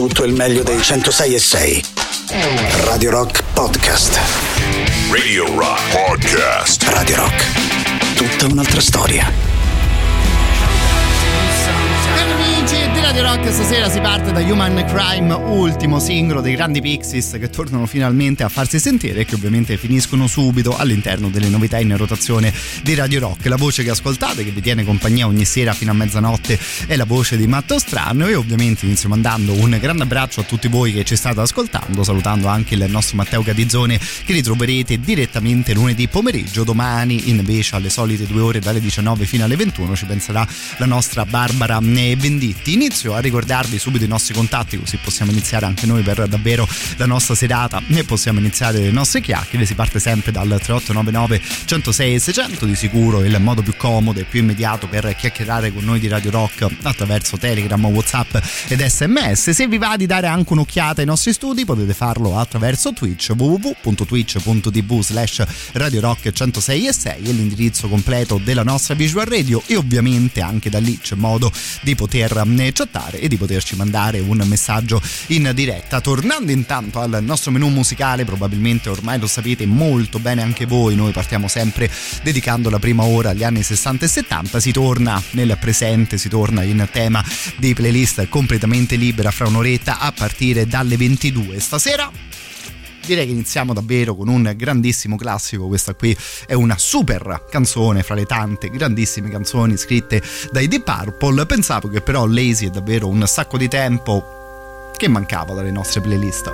tutto il meglio dei 106.6. Radio Rock Podcast. Radio Rock Podcast. Radio Rock. Tutta un'altra storia. Di Radio Rock stasera si parte da Human Crime, ultimo singolo dei grandi Pixies che tornano finalmente a farsi sentire e che ovviamente finiscono subito all'interno delle novità in rotazione di Radio Rock. La voce che ascoltate, che vi tiene compagnia ogni sera fino a mezzanotte, è la voce di Matto Strano, e ovviamente inizio mandando un grande abbraccio a tutti voi che ci state ascoltando, salutando anche il nostro Matteo Catizzone, che ritroverete direttamente lunedì pomeriggio. Domani invece alle solite 2 ore dalle 19 fino alle 21 ci penserà la nostra Barbara Venditti. Inizio a ricordarvi subito i nostri contatti, così possiamo iniziare anche noi per davvero la nostra serata e possiamo iniziare le nostre chiacchiere. Si parte sempre dal 3899 106 600, di sicuro il modo più comodo e più immediato per chiacchierare con noi di Radio Rock attraverso Telegram, WhatsApp ed SMS. Se vi va di dare anche un'occhiata ai nostri studi, potete farlo attraverso Twitch, www.twitch.tv/Radio Rock 106.6 è l'indirizzo completo della nostra Visual Radio, e ovviamente anche da lì c'è modo di poter chattare e di poterci mandare un messaggio in diretta. Tornando intanto al nostro menù musicale, probabilmente ormai lo sapete molto bene anche voi, noi partiamo sempre dedicando la prima ora agli anni 60 e 70, si torna nel presente, si torna in tema di playlist completamente libera fra un'oretta a partire dalle 22. Stasera direi che iniziamo davvero con un grandissimo classico. Questa qui è una super canzone fra le tante grandissime canzoni scritte dai Deep Purple. Pensavo che però Lazy è davvero un sacco di tempo che mancava dalle nostre playlist.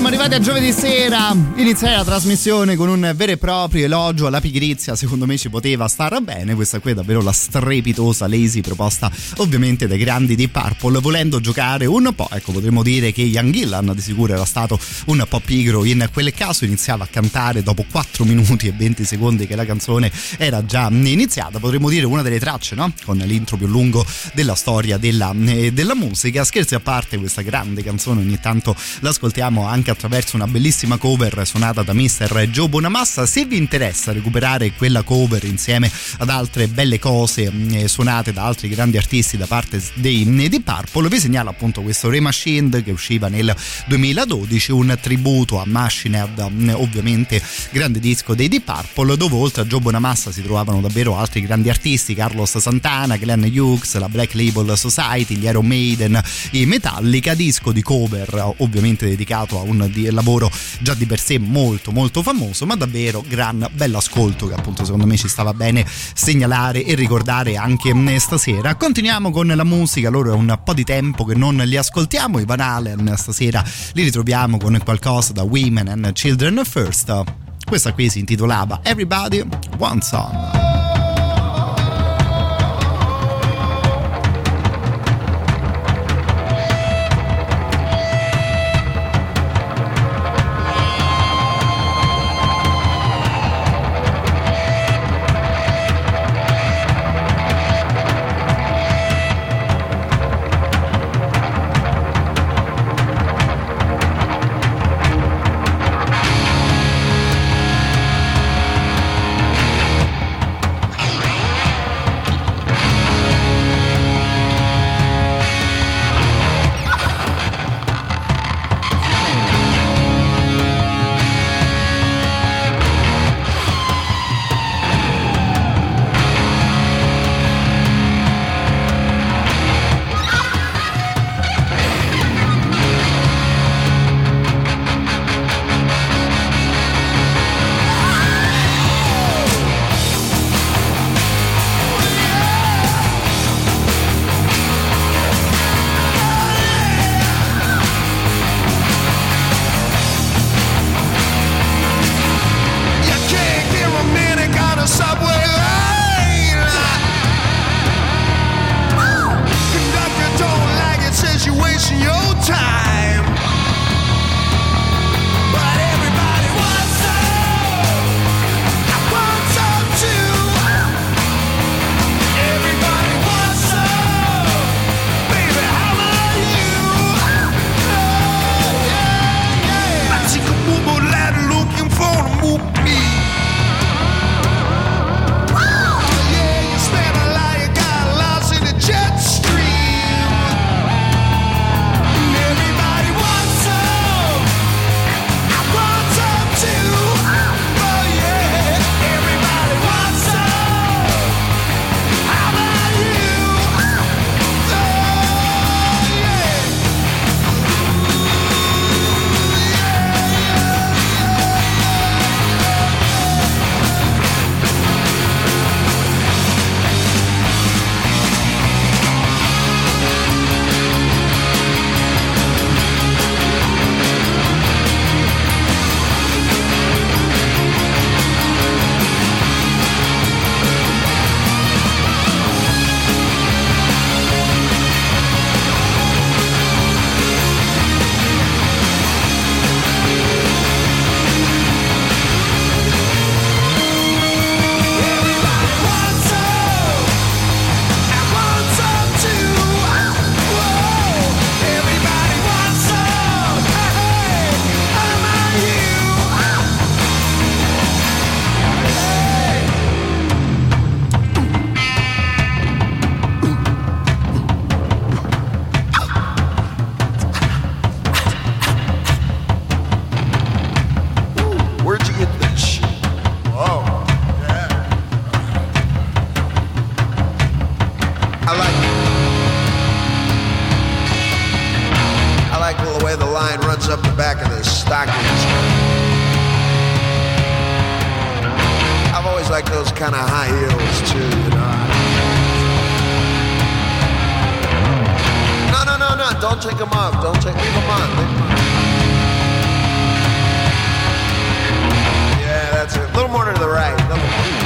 siamo arrivati a giovedì sera. Iniziare la trasmissione con un vero e proprio elogio alla pigrizia, secondo me ci poteva star bene. Questa qui è davvero la strepitosa Lazy proposta ovviamente dai grandi Deep Purple. Volendo giocare un po', ecco, potremmo dire che Ian Gillan di sicuro era stato un po' pigro in quel caso, iniziava a cantare dopo 4 minuti e 20 secondi che la canzone era già iniziata. Potremmo dire una delle tracce, no? Con l'intro più lungo della storia della musica. Scherzi a parte, questa grande canzone ogni tanto l'ascoltiamo anche attraverso una bellissima cover suonata da Mr. Joe Bonamassa. Se vi interessa recuperare quella cover insieme ad altre belle cose suonate da altri grandi artisti da parte dei Deep Purple, vi segnalo appunto questo Remachined che usciva nel 2012, un tributo a Machine Head, ovviamente grande disco dei Deep Purple, dove oltre a Joe Bonamassa si trovavano davvero altri grandi artisti: Carlos Santana, Glenn Hughes, la Black Label Society, gli Iron Maiden, i Metallica. Disco di cover ovviamente dedicato a un lavoro già di per sé molto molto famoso, ma davvero gran bell'ascolto che appunto secondo me ci stava bene segnalare e ricordare anche stasera. Continuiamo con la musica, loro è un po' di tempo che non li ascoltiamo. I Van Halen stasera li ritroviamo con qualcosa da Women and Children First. Questa qui si intitolava Everybody Wants Some. like those kind of high heels too, you know. No, don't take them off. Leave them on. that's it. A little more to the right. A little more.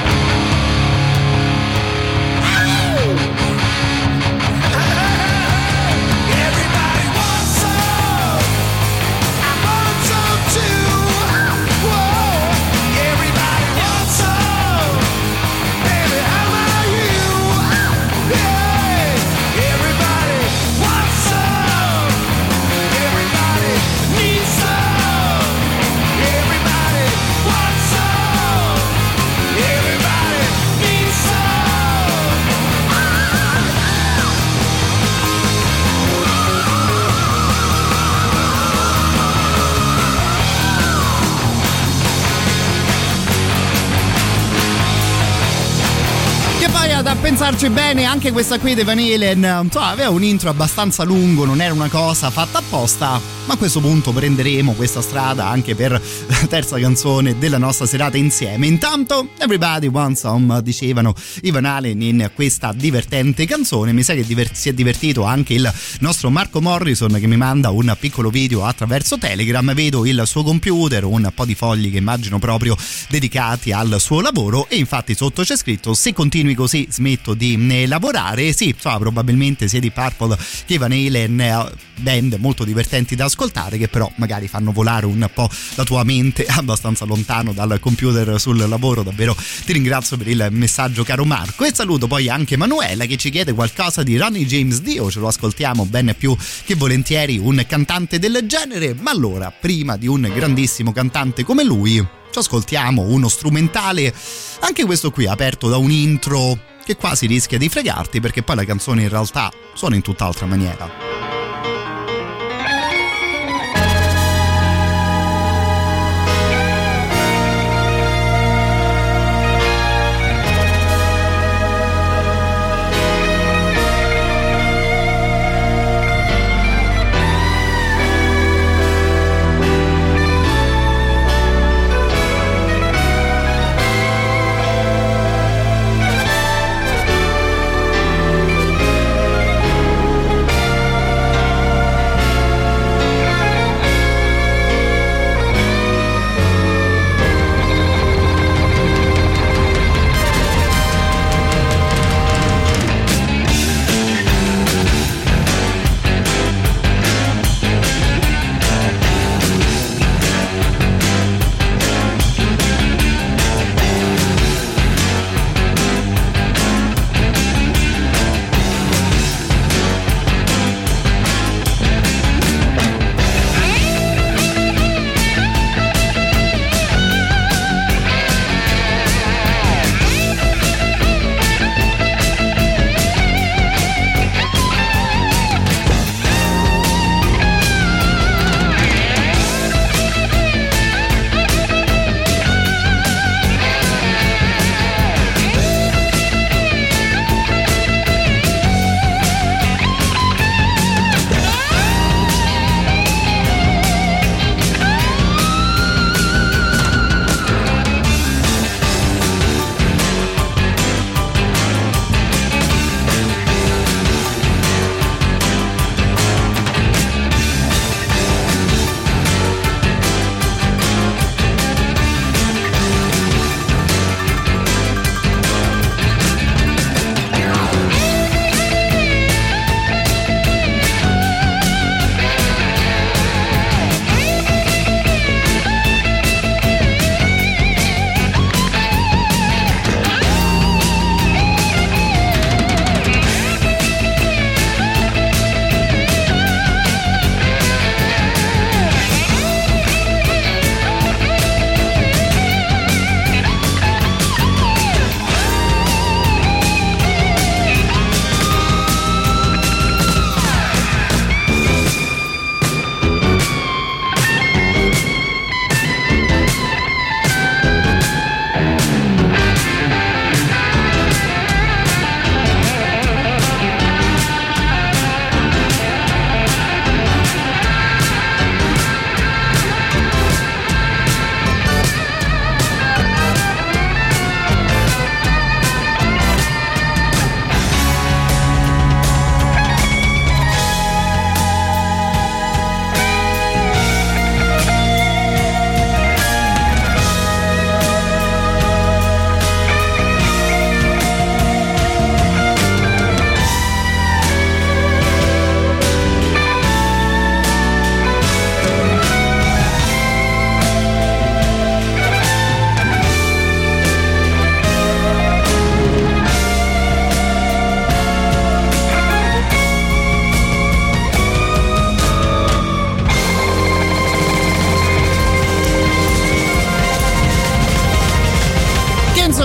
A pensarci bene, anche questa qui dei Van Halen aveva un intro abbastanza lungo, non era una cosa fatta apposta, ma a questo punto prenderemo questa strada anche per la terza canzone della nostra serata insieme. Intanto Everybody Wants Some, dicevano i Van Halen in questa divertente canzone. Mi sa che si è divertito anche il nostro Marco Morrison, che mi manda un piccolo video attraverso Telegram. Vedo il suo computer, un po' di fogli che immagino proprio dedicati al suo lavoro, e infatti sotto c'è scritto: se continui così smetto di lavorare. Sì, probabilmente sia di Purple che Van Halen, band molto divertenti da ascoltare, che però magari fanno volare un po' la tua mente abbastanza lontano dal computer sul lavoro. Davvero ti ringrazio per il messaggio, caro Marco, e saluto poi anche Manuela, che ci chiede qualcosa di Ronnie James Dio. Ce lo ascoltiamo ben più che volentieri un cantante del genere, ma allora, prima di un grandissimo cantante come lui, ci ascoltiamo uno strumentale, anche questo qui aperto da un intro che quasi rischia di fregarti, perché poi la canzone in realtà suona in tutt'altra maniera.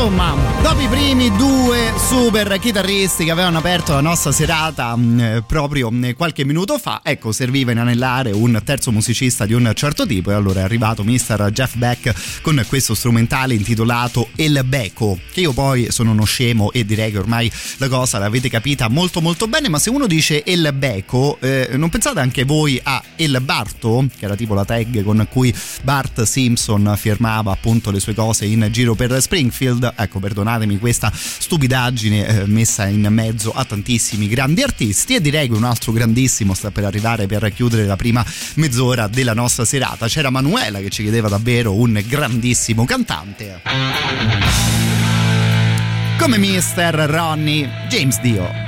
Insomma, dopo i primi due super chitarristi che avevano aperto la nostra serata proprio qualche minuto fa, ecco, serviva inanellare un terzo musicista di un certo tipo, e allora è arrivato Mr. Jeff Beck con questo strumentale intitolato El Beco, che io poi sono uno scemo e direi che ormai la cosa l'avete capita molto molto bene, ma se uno dice El Beco, non pensate anche voi a El Barto, che era tipo la tag con cui Bart Simpson firmava appunto le sue cose in giro per Springfield? Ecco, perdonatemi questa stupidaggine messa in mezzo a tantissimi grandi artisti, e direi che un altro grandissimo sta per arrivare per chiudere la prima mezz'ora della nostra serata. C'era Manuela che ci chiedeva davvero un grandissimo cantante come Mr. Ronnie James Dio.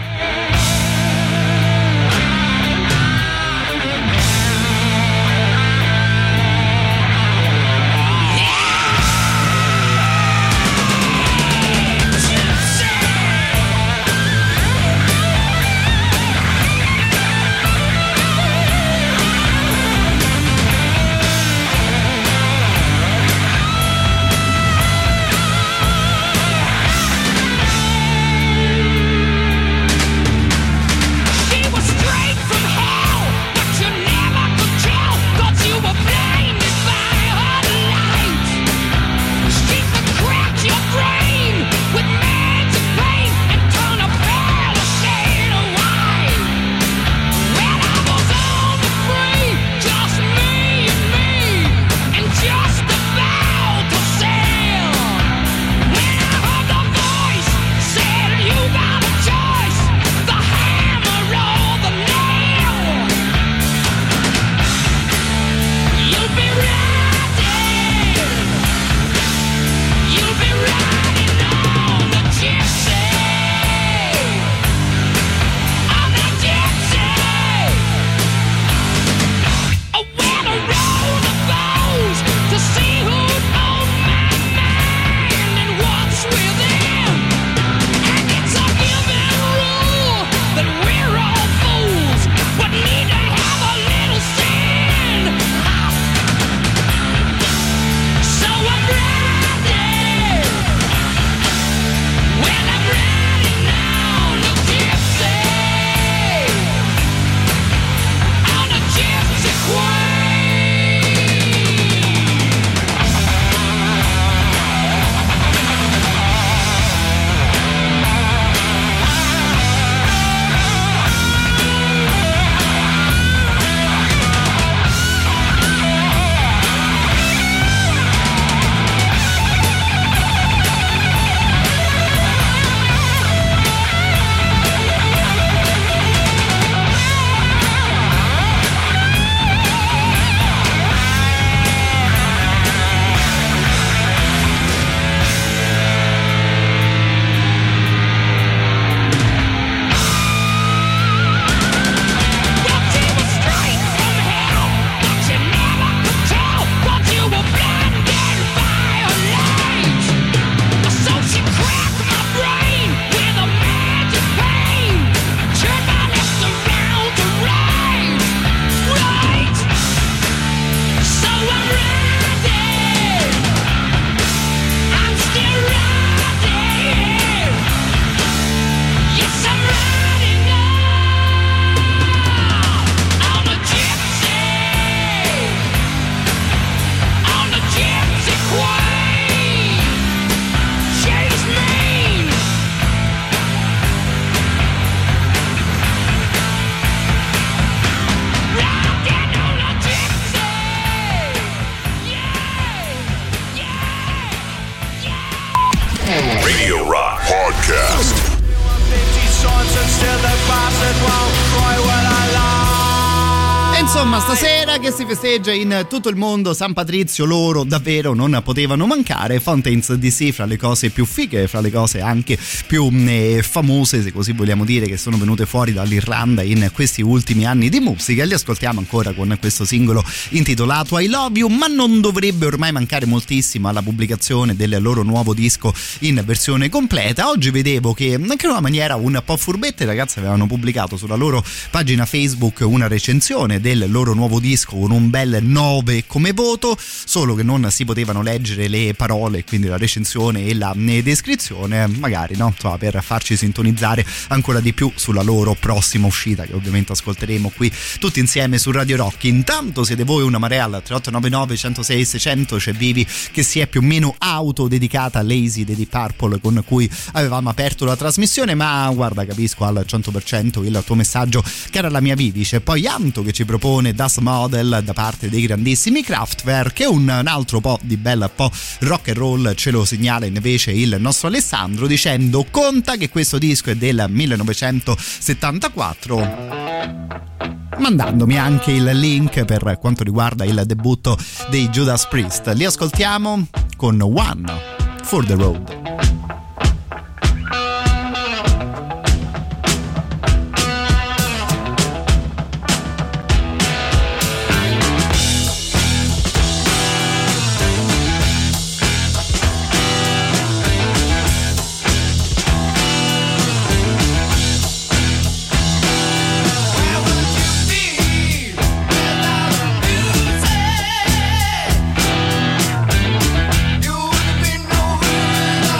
Insomma, stasera che si festeggia in tutto il mondo San Patrizio, loro davvero non potevano mancare. Fountains DC, fra le cose più fighe, fra le cose anche più famose, se così vogliamo dire, che sono venute fuori dall'Irlanda in questi ultimi anni di musica. Li ascoltiamo ancora con questo singolo intitolato I Love You, ma non dovrebbe ormai mancare moltissimo alla pubblicazione del loro nuovo disco in versione completa. Oggi vedevo che anche in una maniera un po' furbetta i ragazzi avevano pubblicato sulla loro pagina Facebook una recensione del loro nuovo disco con un bel 9 come voto, solo che non si potevano leggere le parole, quindi la recensione e la descrizione, magari no, insomma, per farci sintonizzare ancora di più sulla loro prossima uscita, che ovviamente ascolteremo qui tutti insieme su Radio Rock. Intanto siete voi una marea al 3899 106 600, c'è Vivi che si è più o meno autodedicata a Lazy dei Deep Purple, con cui avevamo aperto la trasmissione, ma guarda, capisco al 100% il tuo messaggio, cara la mia Vivi. C'è poi Anto che ci propone Das Model da parte dei grandissimi Kraftwerk, e un altro po' di bel po' rock and roll ce lo segnala invece il nostro Alessandro dicendo: conta che questo disco è del 1974, mandandomi anche il link per quanto riguarda il debutto dei Judas Priest. Li ascoltiamo con One for the Road. You would be nowhere.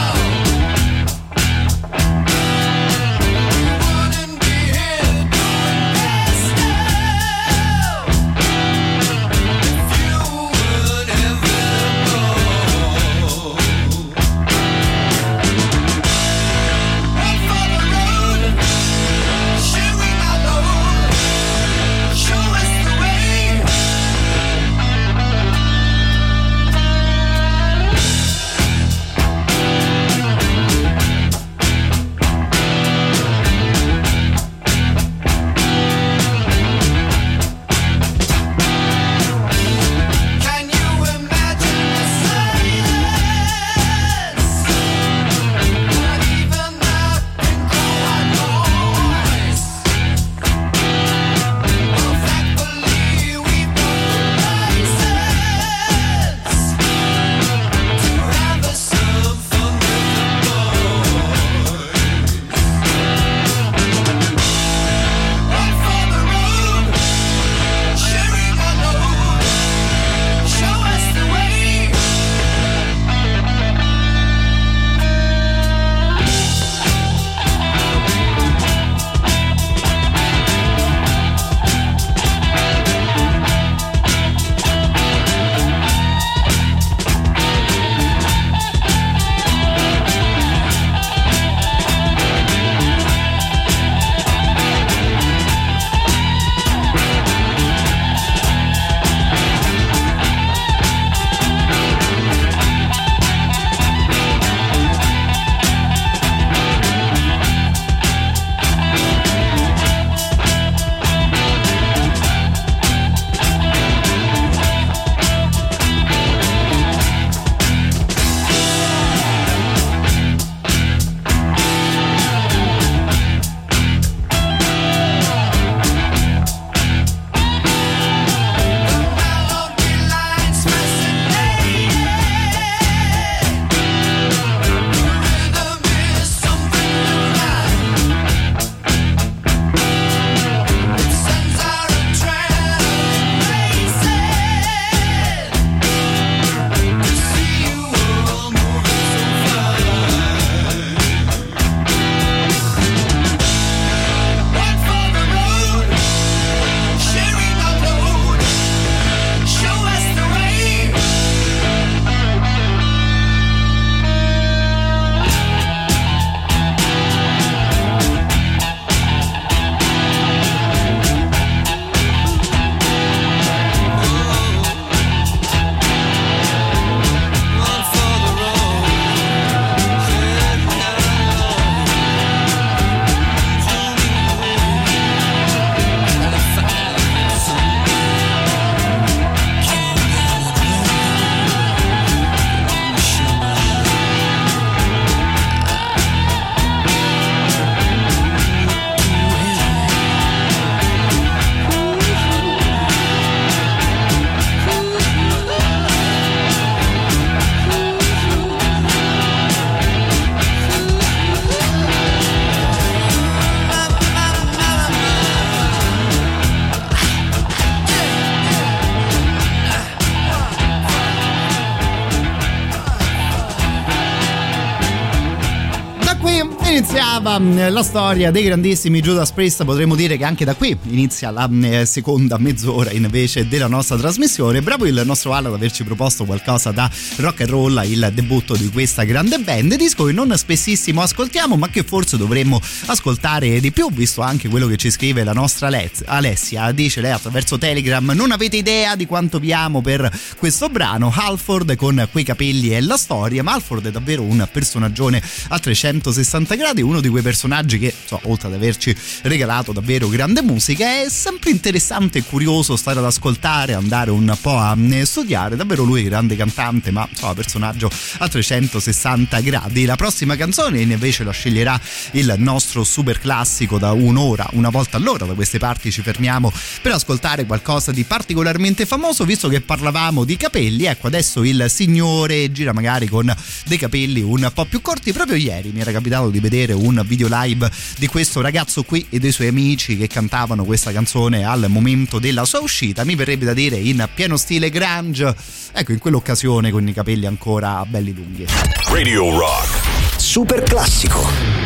Iniziava la storia dei grandissimi Judas Priest, potremmo dire che anche da qui inizia la seconda mezz'ora invece della nostra trasmissione. Bravo il nostro Al ad averci proposto qualcosa da rock and roll, il debutto di questa grande band, disco che non spessissimo ascoltiamo ma che forse dovremmo ascoltare di più, visto anche quello che ci scrive la nostra Alessia. Dice lei attraverso Telegram: non avete idea di quanto vi amo per questo brano, Halford con quei capelli e la storia. Ma Halford è davvero un personaggione a 360 gradi, uno di quei personaggi che, oltre ad averci regalato davvero grande musica, è sempre interessante e curioso stare ad ascoltare, andare un po' a studiare. Davvero lui grande cantante, ma personaggio a 360 gradi. La prossima canzone invece la sceglierà il nostro super classico da un'ora, una volta all'ora da queste parti ci fermiamo per ascoltare qualcosa di particolarmente famoso. Visto che parlavamo di capelli, ecco, adesso il signore gira magari con dei capelli un po' più corti. Proprio ieri mi era capitato di vedere un video live di questo ragazzo qui e dei suoi amici che cantavano questa canzone al momento della sua uscita, mi verrebbe da dire in pieno stile grunge, ecco, in quell'occasione con i capelli ancora belli lunghi. Radio Rock Super classico.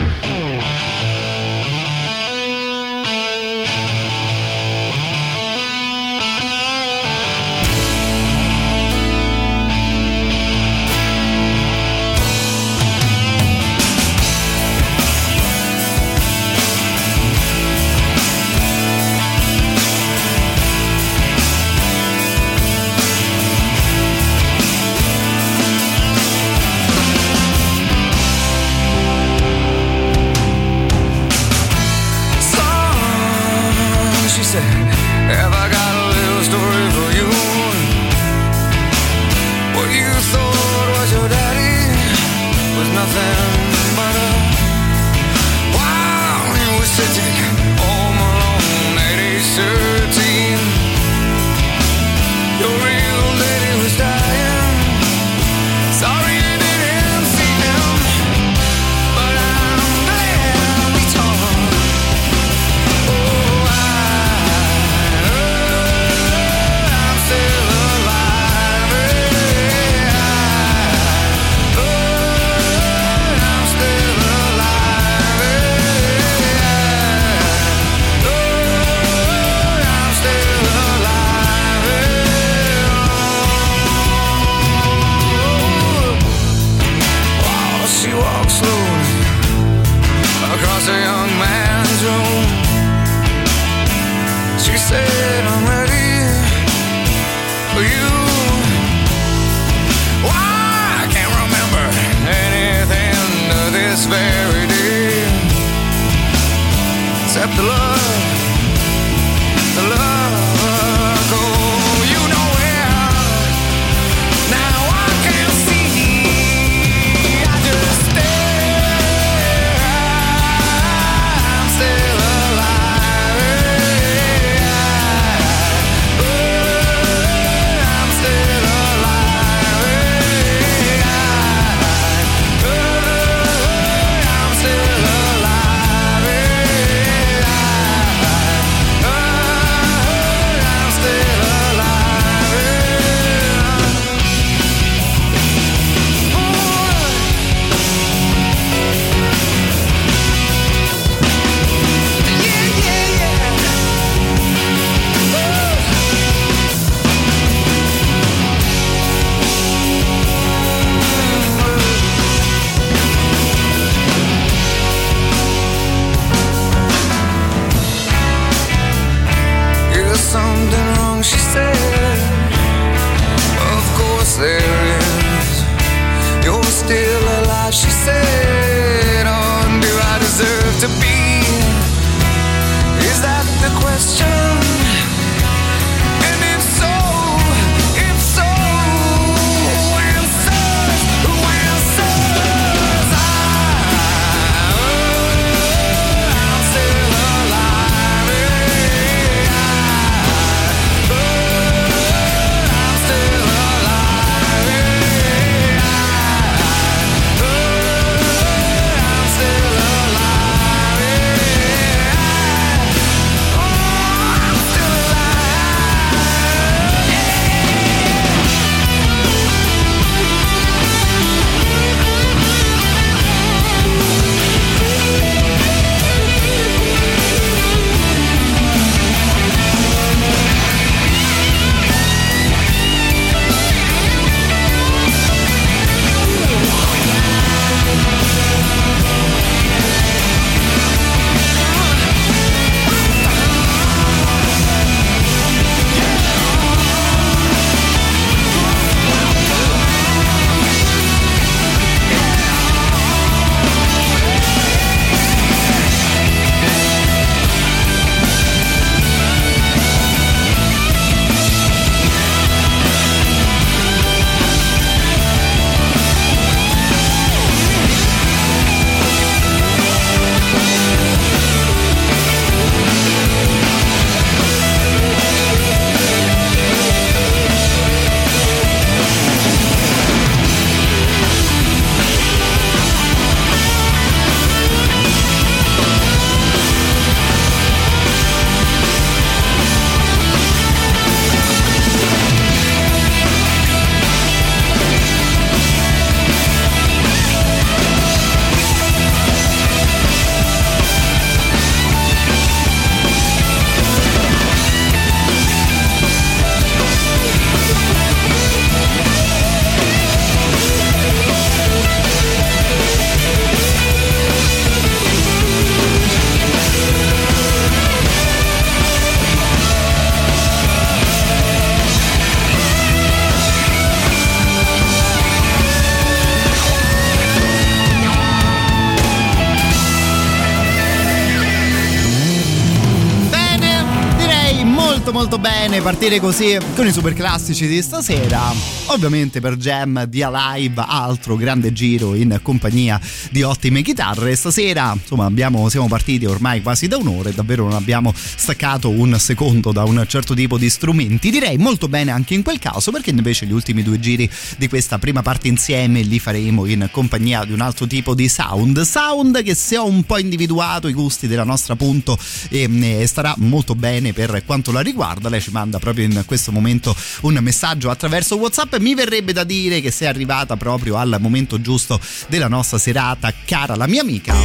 molto bene partire così con i super classici di stasera. Ovviamente per Jam di Alive, altro grande giro in compagnia di ottime chitarre. Stasera insomma siamo partiti ormai quasi da un'ora e davvero non abbiamo staccato un secondo da un certo tipo di strumenti. Direi molto bene anche in quel caso, perché invece gli ultimi due giri di questa prima parte insieme li faremo in compagnia di un altro tipo di sound che, se ho un po' individuato i gusti della nostra Punto, starà molto bene per quanto la riguarda. Lei ci manda proprio in questo momento un messaggio attraverso WhatsApp e mi verrebbe da dire che sei arrivata proprio al momento giusto della nostra serata, cara la mia amica.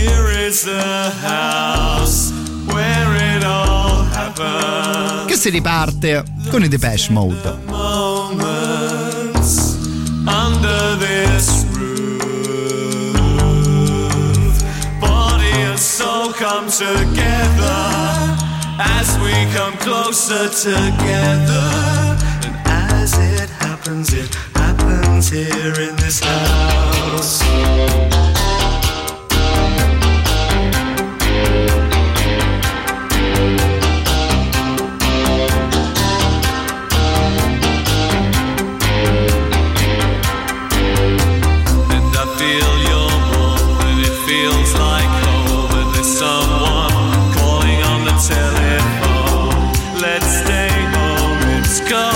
Che si riparte con i Depeche Mode. Under this roof, body and soul come together as we come closer together. And as it happens here in this house. Telephone, let's stay home, it's gone.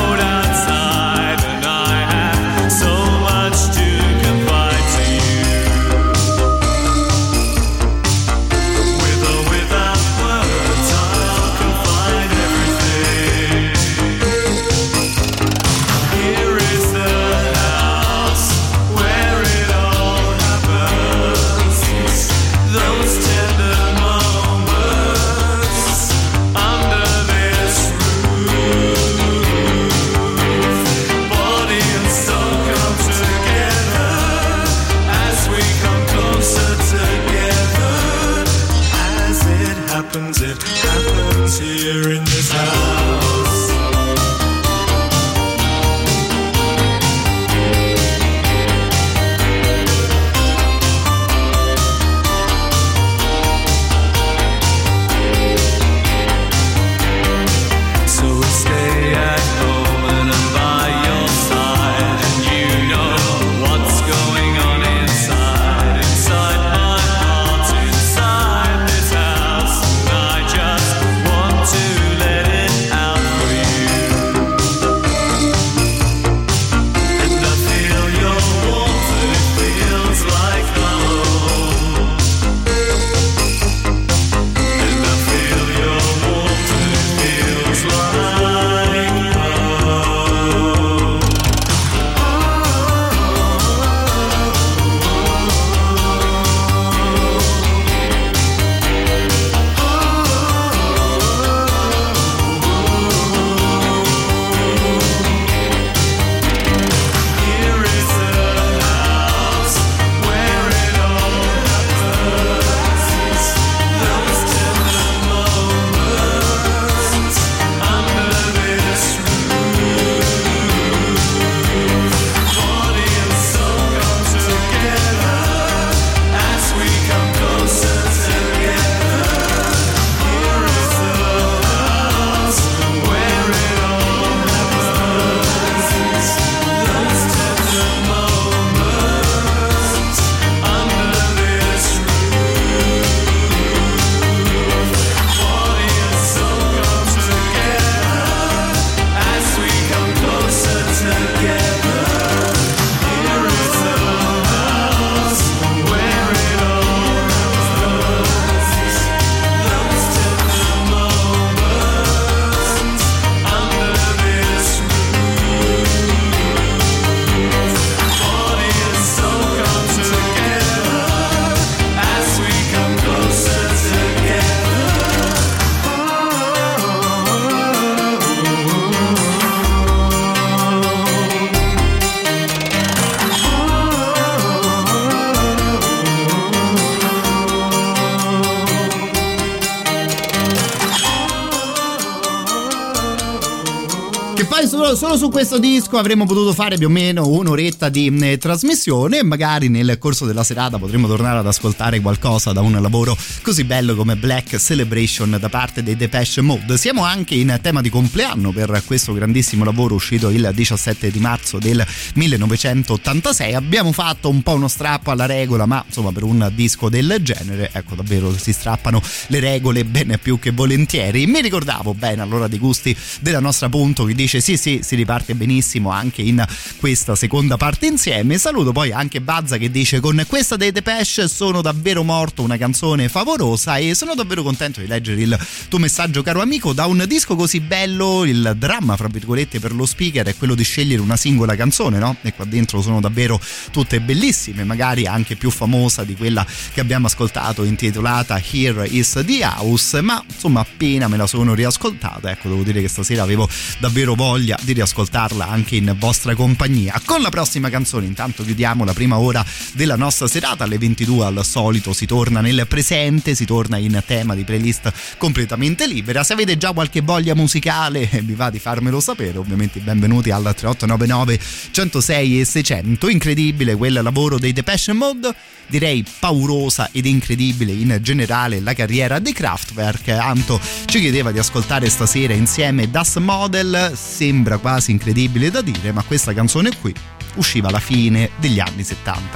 solo su questo disco avremmo potuto fare più o meno un'oretta di trasmissione e magari nel corso della serata potremmo tornare ad ascoltare qualcosa da un lavoro così bello come Black Celebration da parte dei Depeche Mode. Siamo anche in tema di compleanno per questo grandissimo lavoro uscito il 17 di marzo del 1986. Abbiamo fatto un po' uno strappo alla regola, ma insomma per un disco del genere, ecco, davvero si strappano le regole ben più che volentieri. Mi ricordavo bene allora dei gusti della nostra Punto, che dice sì, si riparte benissimo anche in questa seconda parte insieme. Saluto poi anche Bazza che dice: con questa dei Depeche sono davvero morto, una canzone favolosa, e sono davvero contento di leggere il tuo messaggio, caro amico. Da un disco così bello il dramma fra virgolette per lo speaker è quello di scegliere una singola canzone, no? E qua dentro sono davvero tutte bellissime, magari anche più famosa di quella che abbiamo ascoltato intitolata Here is the House, ma insomma appena me la sono riascoltata, ecco, devo dire che stasera avevo davvero voglia di riascoltarla anche in vostra compagnia. Con la prossima canzone intanto chiudiamo la prima ora della nostra serata. Alle 22 al solito si torna nel presente, si torna in tema di playlist completamente libera. Se avete già qualche voglia musicale vi va di farmelo sapere, ovviamente benvenuti al 3899 106 e 600. Incredibile quel lavoro dei Depeche Mode, direi paurosa ed incredibile in generale la carriera dei Kraftwerk. Anto ci chiedeva di ascoltare stasera insieme Das Model, sembra quasi incredibile da dire, ma questa canzone qui usciva alla fine degli anni 70.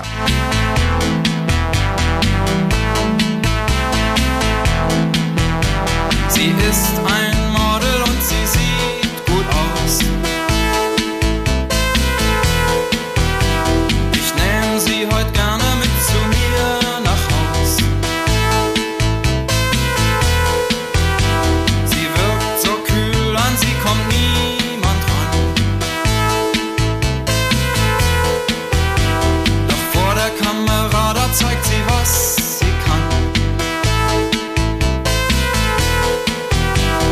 Sie ist ein Model und sie sieht gut aus. Ich nehme sie heute gerne mit zu mir nach Haus. Sie wirkt so kühl, an sie kommt niemand ran. Doch vor der Kamera, da zeigt sie, was sie kann.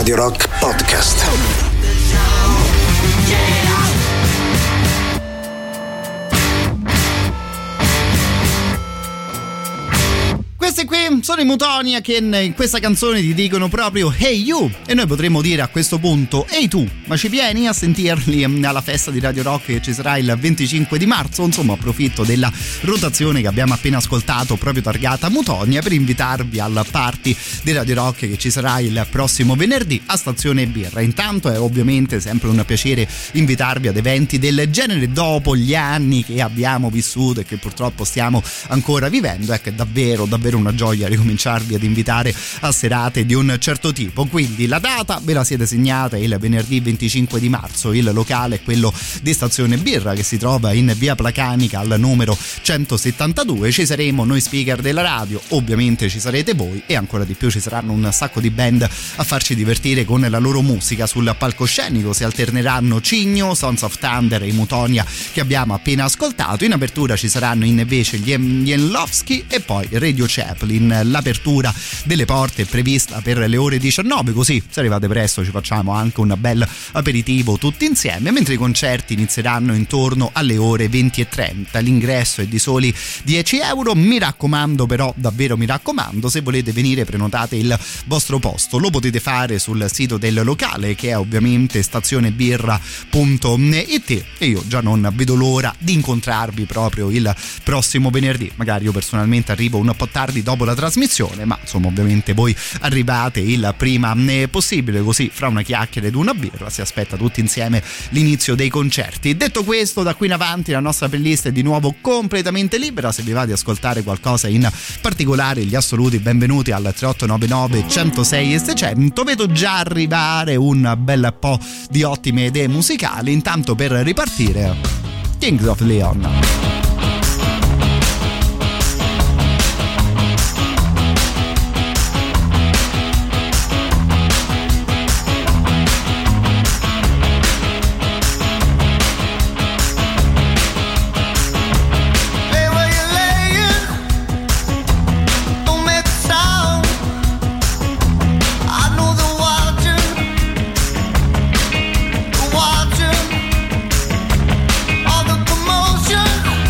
Radio Rock Podcast. Questi qui sono i Mutonia che in questa canzone ti dicono proprio Hey you, e noi potremmo dire a questo punto Ehi tu, ma ci vieni a sentirli alla festa di Radio Rock che ci sarà il 25 di marzo? Insomma, approfitto della rotazione che abbiamo appena ascoltato proprio targata Mutonia per invitarvi al party di Radio Rock che ci sarà il prossimo venerdì a Stazione Birra. Intanto è ovviamente sempre un piacere invitarvi ad eventi del genere dopo gli anni che abbiamo vissuto e che purtroppo stiamo ancora vivendo. Ecco, è davvero una gioia ricominciarvi ad invitare a serate di un certo tipo. Quindi la data ve la siete segnata, il venerdì 25 di marzo. Il locale è quello di Stazione Birra che si trova in via Placanica al numero 172. Ci saremo noi speaker della radio, ovviamente ci sarete voi e ancora di più ci saranno un sacco di band a farci divertire con la loro musica. Sul palcoscenico si alterneranno Cigno, Sons of Thunder e i Mutonia che abbiamo appena ascoltato. In apertura ci saranno invece gli Enlovsky e poi Radio Chaplin. L'apertura delle porte è prevista per le ore 19, così se arrivate presto ci facciamo anche un bel aperitivo tutti insieme, mentre i concerti inizieranno intorno alle ore 20:30. L'ingresso è di soli 10 euro. Mi raccomando, però, davvero mi raccomando, se volete venire prenotate il vostro posto. Lo potete fare sul sito del locale, che è ovviamente stazionebirra.it, e io già non vedo l'ora di incontrarvi proprio il prossimo venerdì. Magari io personalmente arrivo un po' tardi dopo la trasmissione, ma insomma ovviamente voi arrivate il prima possibile, così fra una chiacchiera ed una birra si aspetta tutti insieme l'inizio dei concerti. Detto questo, da qui in avanti la nostra playlist è di nuovo completamente libera. Se vi va di ascoltare qualcosa in particolare, gli assoluti benvenuti al 3899 106 e 600. Vedo già arrivare un bel po' di ottime idee musicali. Intanto, per ripartire, Kings of Leon. All the commotion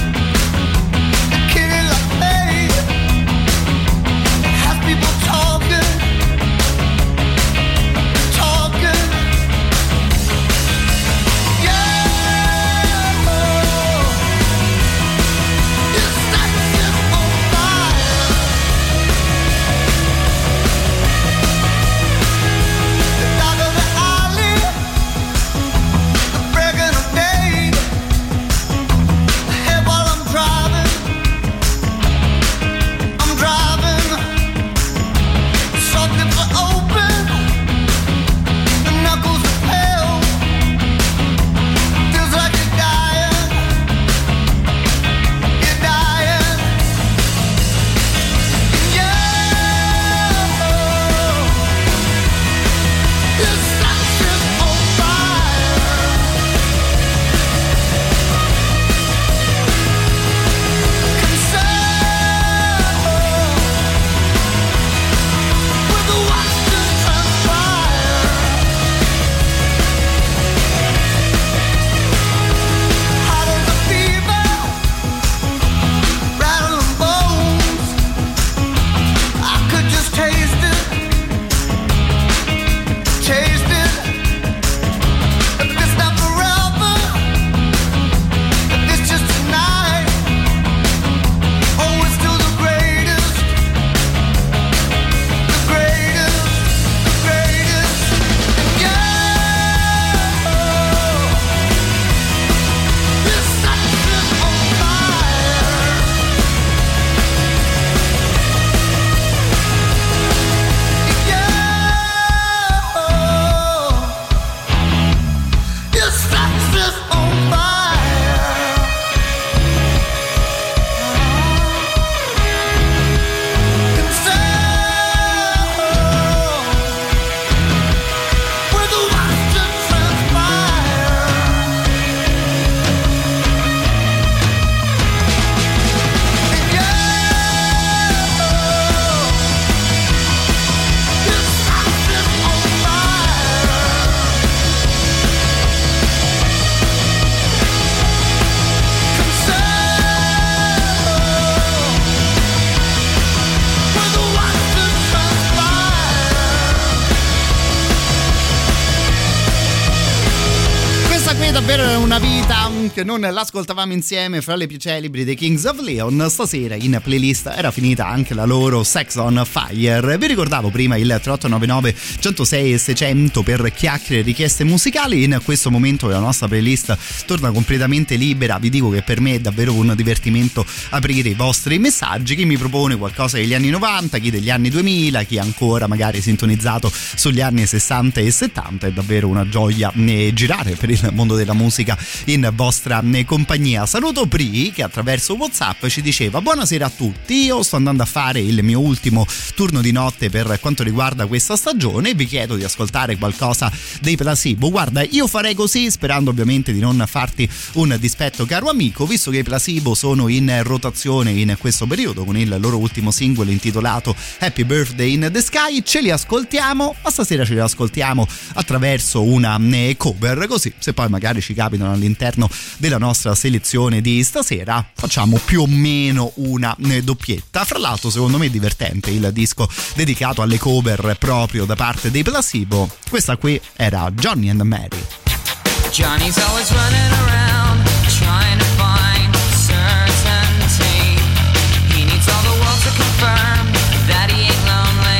davvero una vita che non l'ascoltavamo insieme fra le più celebri dei Kings of Leon. Stasera in playlist era finita anche la loro Sex on Fire. Vi ricordavo prima il 3899 106 e 600 per chiacchiere e richieste musicali. In questo momento la nostra playlist torna completamente libera. Vi dico che per me è davvero un divertimento aprire i vostri messaggi. Chi mi propone qualcosa degli anni 90, chi degli anni 2000, chi ancora magari sintonizzato sugli anni 60 e 70. È davvero una gioia girare per il mondo della musica in vostra compagnia. Saluto Pri che attraverso WhatsApp ci diceva: buonasera a tutti, io sto andando a fare il mio ultimo turno di notte per quanto riguarda questa stagione e vi chiedo di ascoltare qualcosa dei Placebo. Guarda, io farei così, sperando ovviamente di non farti un dispetto, caro amico, visto che i Placebo sono in rotazione in questo periodo con il loro ultimo singolo intitolato Happy Birthday in the Sky. Ce li ascoltiamo, ma stasera ce li ascoltiamo attraverso una cover, così se poi magari ci capitano all'interno della nostra selezione di stasera facciamo più o meno una doppietta. Fra l'altro secondo me è divertente il disco dedicato alle cover proprio da parte dei Placebo. Questa qui era Johnny and Mary. Johnny's always running around trying to find certainty. He needs all the world to confirm that he ain't lonely.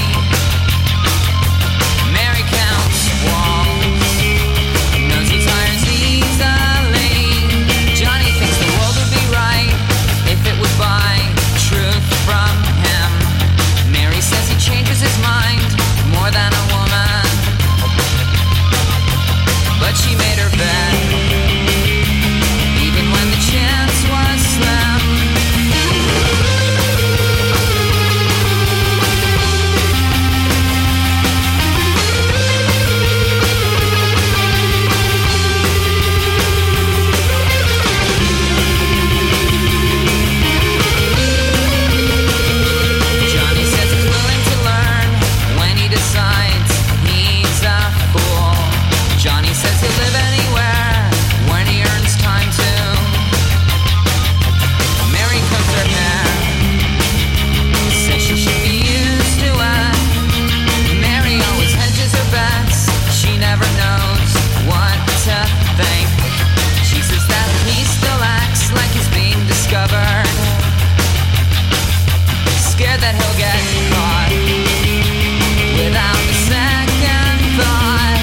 Mary counts walls, knows he tires easily. Johnny thinks the world would be right if it would buy truth from him. Mary says he changes his mind more than a woman, but she made her bed even when the chance was slim. Johnny says he's willing to learn when he decides he's a fool. Johnny says he'll live anywhere when he earns time to. Mary combs her hair, says she should be used to it. Mary always hedges her bets, she never knows what to think. She says that he still acts like he's being discovered, scared that he'll get caught without a second thought.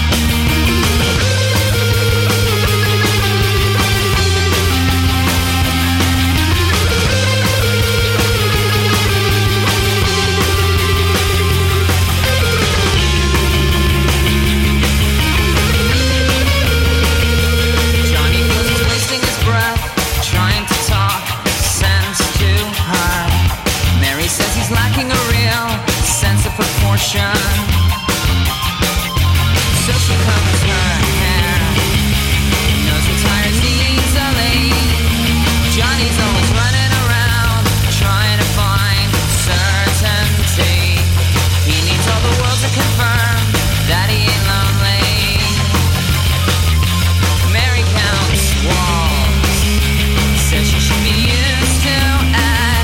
Johnny feels he's wasting his breath trying to talk sense to her. Mary says he's lacking a real sense of proportion, so she combs her hair, knows he tires easily. Johnny's always running around trying to find certainty. He needs all the world to confirm that he ain't lonely. Mary counts walls, says she should be used to it.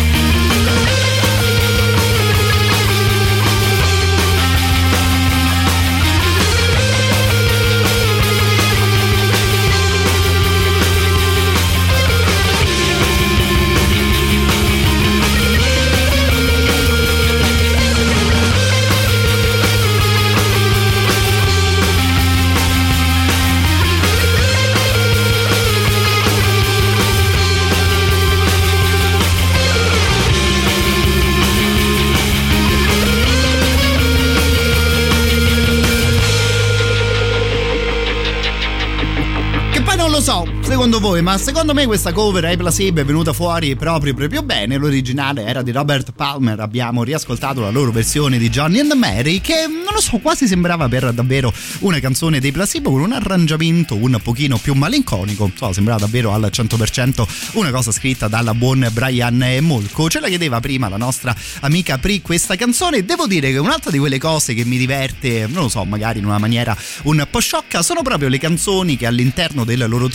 Che poi non lo so secondo voi, ma secondo me questa cover ai Placebo è venuta fuori proprio bene. L'originale era di Robert Palmer, abbiamo riascoltato la loro versione di Johnny and Mary, che non lo so, quasi sembrava per davvero una canzone dei Placebo con un arrangiamento un pochino più malinconico. So, sembrava davvero al 100% una cosa scritta dalla buon Brian Molko. Ce la chiedeva prima la nostra amica Pri questa canzone. Devo dire che un'altra di quelle cose che mi diverte, non lo so, magari in una maniera un po' sciocca, sono proprio le canzoni che all'interno del loro titolo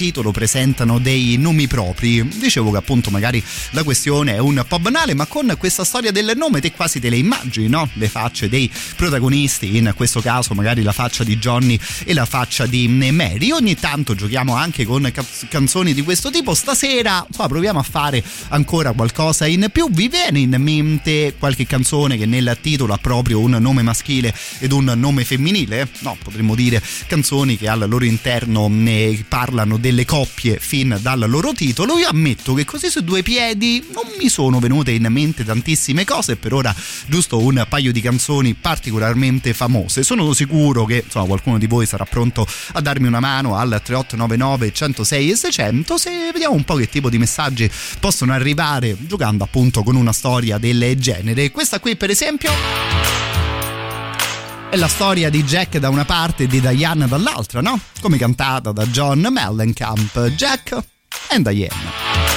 presentano dei nomi propri. Dicevo che appunto magari la questione è un po' banale, ma con questa storia del nome te quasi te le immagini, no? Le facce dei protagonisti, in questo caso magari la faccia di Johnny e la faccia di Mary. Ogni tanto giochiamo anche con canzoni di questo tipo. Stasera qua proviamo a fare ancora qualcosa in più. Vi viene in mente qualche canzone che nel titolo ha proprio un nome maschile ed un nome femminile? No, potremmo dire canzoni che al loro interno ne parlano delle coppie fin dal loro titolo. Io ammetto che così su due piedi non mi sono venute in mente tantissime cose, per ora giusto un paio di canzoni particolarmente famose. Sono sicuro che insomma qualcuno di voi sarà pronto a darmi una mano al 3899 106 e 600, se vediamo un po' che tipo di messaggi possono arrivare giocando appunto con una storia del genere. Questa qui per esempio è la storia di Jack da una parte e di Diane dall'altra, no? Come cantata da John Mellencamp, Jack and Diane.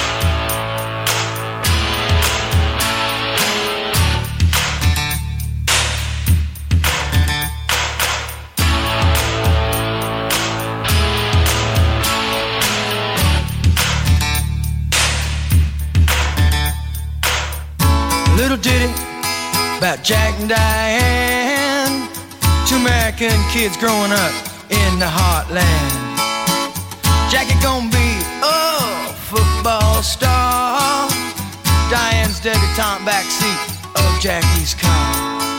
Little ditty about Jack and Diane, two American kids growing up in the heartland. Jackie gonna be a football star, Diane's debutante backseat of Jackie's car.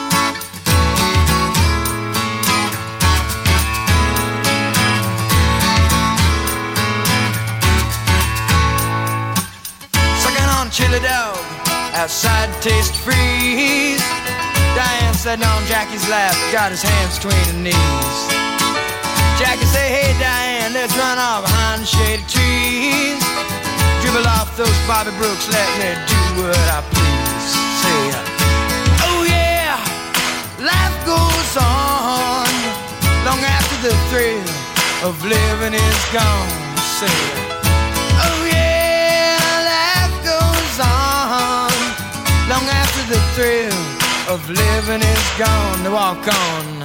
Sucking on chili dog outside taste freeze, Diane sitting on Jackie's lap, got his hands between her knees. Jackie say, hey Diane, let's run off behind the shady trees, dribble off those Bobby Brooks, let me do what I please. Say, oh yeah, life goes on long after the thrill of living is gone. Say, oh yeah, life goes on long after the thrill of living is gone. To walk on.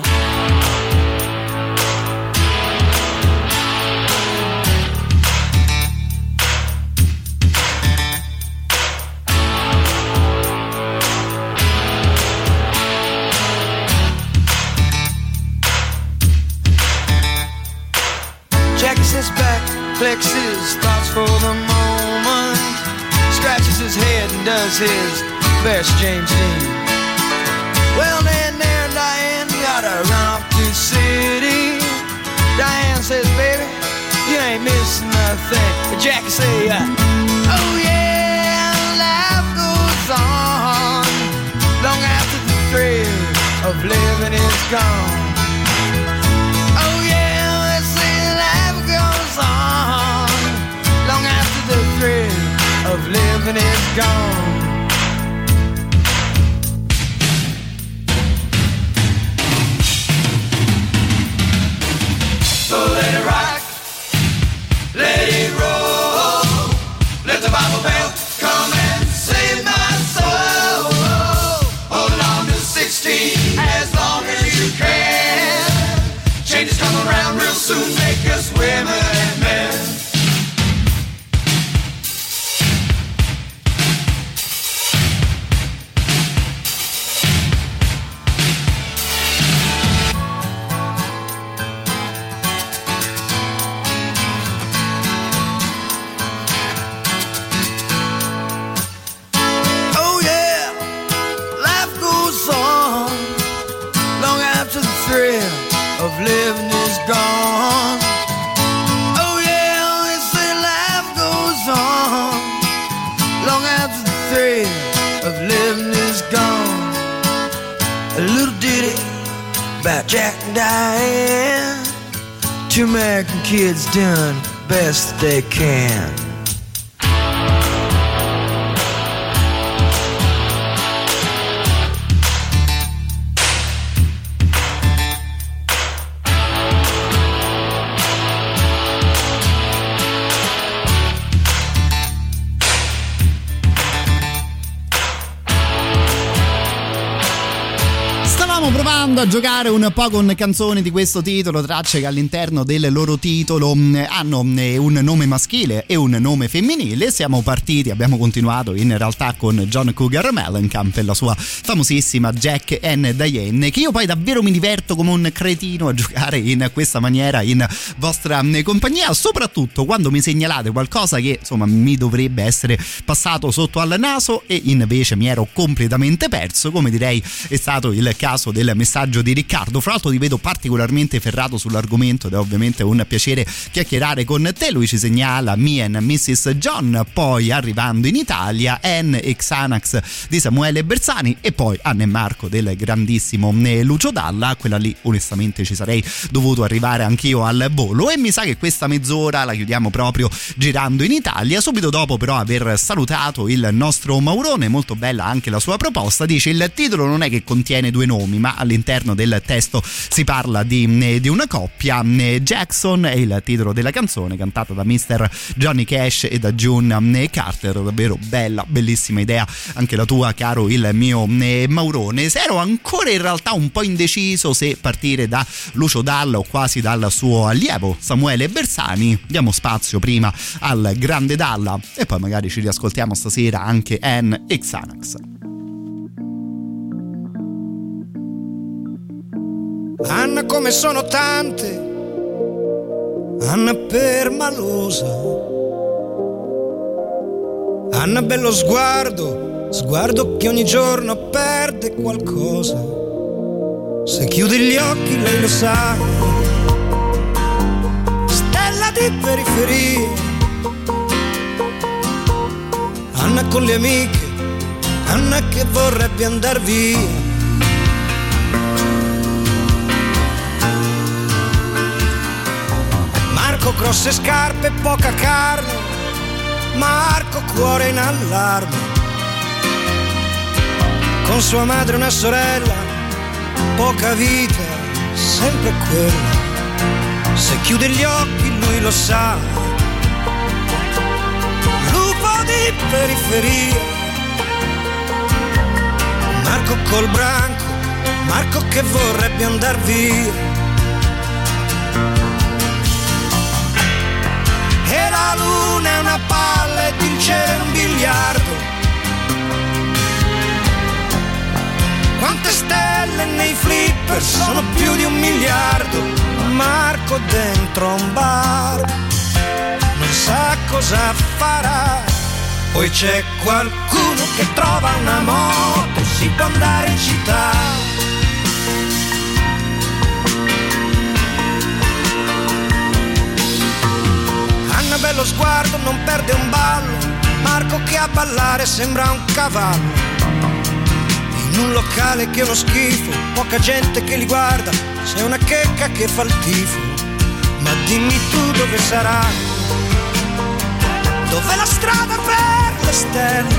Jackie sits back, collects his thoughts for the moment, scratches his head and does his best James Dean. Well then there Diane gotta run off to the city. Diane says, baby, you ain't missing nothing. But Jackie say, oh yeah, life goes on long after the thrill of living is gone. Oh yeah, let's say life goes on long after the thrill of living is gone. So let it rock, let it roll, let the Bible belt come and save my soul. Hold on to 16 as long as you can. Changes come around real soon, make us women and men. Living is gone. Oh yeah, they say life goes on long after the thrill of living is gone. A little ditty about Jack and Diane, two American kids doing best they can. Provando a giocare un po' con canzoni di questo titolo, tracce che all'interno del loro titolo hanno un nome maschile e un nome femminile. Siamo partiti, abbiamo continuato in realtà con John Cougar Mellencamp e la sua famosissima Jack and Diane, che io poi davvero mi diverto come un cretino a giocare in questa maniera in vostra compagnia, soprattutto quando mi segnalate qualcosa che insomma mi dovrebbe essere passato sotto al naso e invece mi ero completamente perso, come direi è stato il caso del messaggio di Riccardo. Fra l'altro ti vedo particolarmente ferrato sull'argomento ed è ovviamente un piacere chiacchierare con te. Lui ci segnala Me and Mrs. John, poi arrivando in Italia Anne e Xanax di Samuele Bersani e poi Anna e Marco del grandissimo Lucio Dalla. Quella lì onestamente ci sarei dovuto arrivare anch'io al volo, e mi sa che questa mezz'ora la chiudiamo proprio girando in Italia, subito dopo però aver salutato il nostro Maurone. Molto bella anche la sua proposta, dice: il titolo non è che contiene due nomi, ma all'interno del testo si parla di una coppia. Jackson è il titolo della canzone, cantata da Mr. Johnny Cash e da June Carter. Davvero bella, bellissima idea anche la tua, caro il mio Maurone. Ero ancora in realtà un po' indeciso se partire da Lucio Dalla o quasi dal suo allievo Samuele Bersani. Diamo spazio prima al grande Dalla e poi magari ci riascoltiamo stasera anche Anne e Xanax. Anna come sono tante, Anna permalosa, Anna bello sguardo, sguardo che ogni giorno perde qualcosa. Se chiudi gli occhi lei lo sa, stella di periferia. Anna con le amiche, Anna che vorrebbe andar via. Marco grosse scarpe, poca carne, Marco cuore in allarme. Con sua madre una sorella, poca vita, sempre quella. Se chiude gli occhi lui lo sa, lupo di periferia. Marco col branco, Marco che vorrebbe andar via. E la luna è una palla ed il cielo è un biliardo. Quante stelle nei flipper, sono più di 1 miliardo. Marco dentro un bar, non sa cosa farà. Poi c'è qualcuno che trova una moto e si può andare in città. Anna bello sguardo, non perde un ballo, Marco che a ballare sembra un cavallo. In un locale che è uno schifo, poca gente che li guarda, c'è una checca che fa il tifo. Ma dimmi tu dove sarà, dov'è la strada per le stelle?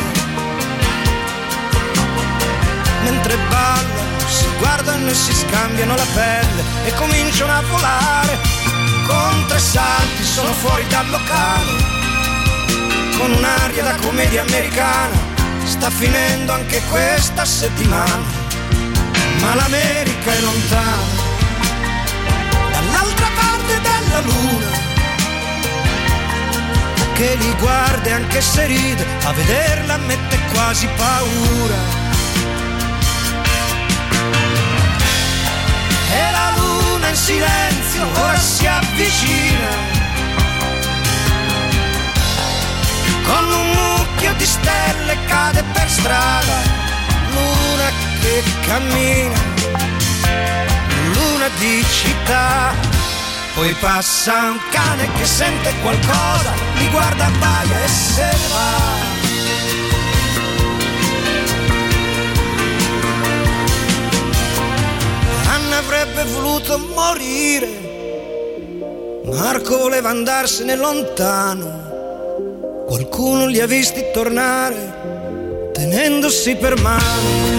Mentre ballano, si guardano e si scambiano la pelle e cominciano a volare. Con 3 salti sono fuori dal locale, con un'aria da commedia americana. Sta finendo anche questa settimana, ma l'America è lontana, dall'altra parte della luna, che li guarda e anche se ride, a vederla mette quasi paura. E la luna in silenzio ora si avvicina, con un mucchio di stelle cade per strada. Luna che cammina, luna di città. Poi passa un cane che sente qualcosa, li guarda, abbaia e se ne va. Anna avrebbe voluto morire, Marco voleva andarsene lontano. Qualcuno li ha visti tornare, tenendosi per mano.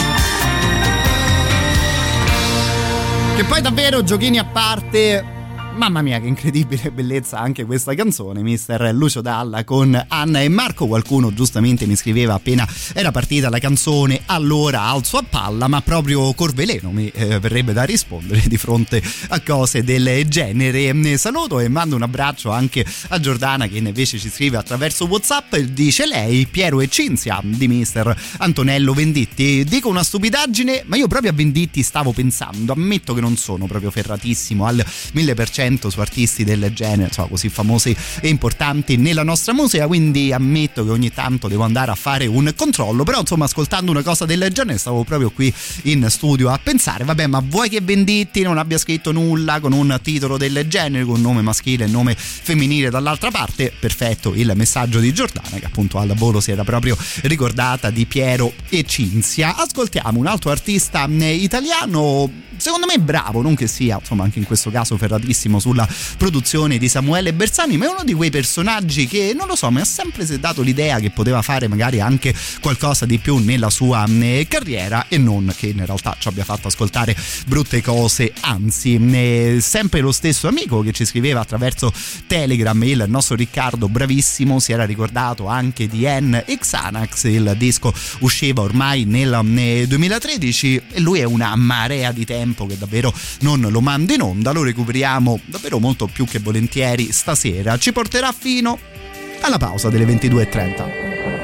Che poi davvero, giochini a parte, Mamma mia, che incredibile bellezza anche questa canzone, Mister Lucio Dalla con Anna e Marco. Qualcuno giustamente mi scriveva appena era partita la canzone: allora alzo a palla, ma proprio Corveleno mi verrebbe da rispondere di fronte a cose del genere. Saluto e mando un abbraccio anche a Giordana, che invece ci scrive attraverso WhatsApp. Dice lei: Piero e Cinzia di Mister Antonello Venditti. Dico una stupidaggine, ma io proprio a Venditti stavo pensando. Ammetto che non sono proprio ferratissimo al 1000% su artisti del genere, insomma, così famosi e importanti nella nostra musica, quindi ammetto che ogni tanto devo andare a fare un controllo. Però insomma, ascoltando una cosa del genere stavo proprio qui in studio a pensare: vabbè, ma vuoi che Venditti non abbia scritto nulla con un titolo del genere, con nome maschile e nome femminile dall'altra parte? Perfetto il messaggio di Giordana, che appunto al volo si era proprio ricordata di Piero e Cinzia. Ascoltiamo un altro artista italiano, secondo me bravo, non che sia insomma anche in questo caso ferratissimo sulla produzione di Samuele Bersani, ma è uno di quei personaggi che, non lo so, mi ha sempre dato l'idea che poteva fare magari anche qualcosa di più nella sua carriera, e non che in realtà ci abbia fatto ascoltare brutte cose. Anzi, sempre lo stesso amico che ci scriveva attraverso Telegram, il nostro Riccardo bravissimo, si era ricordato anche di N e Xanax. Il disco usciva ormai nel 2013 e lui è una marea di tempo che davvero non lo manda in onda. Lo recuperiamo davvero molto più che volentieri stasera. Ci porterà fino alla pausa delle 22:30.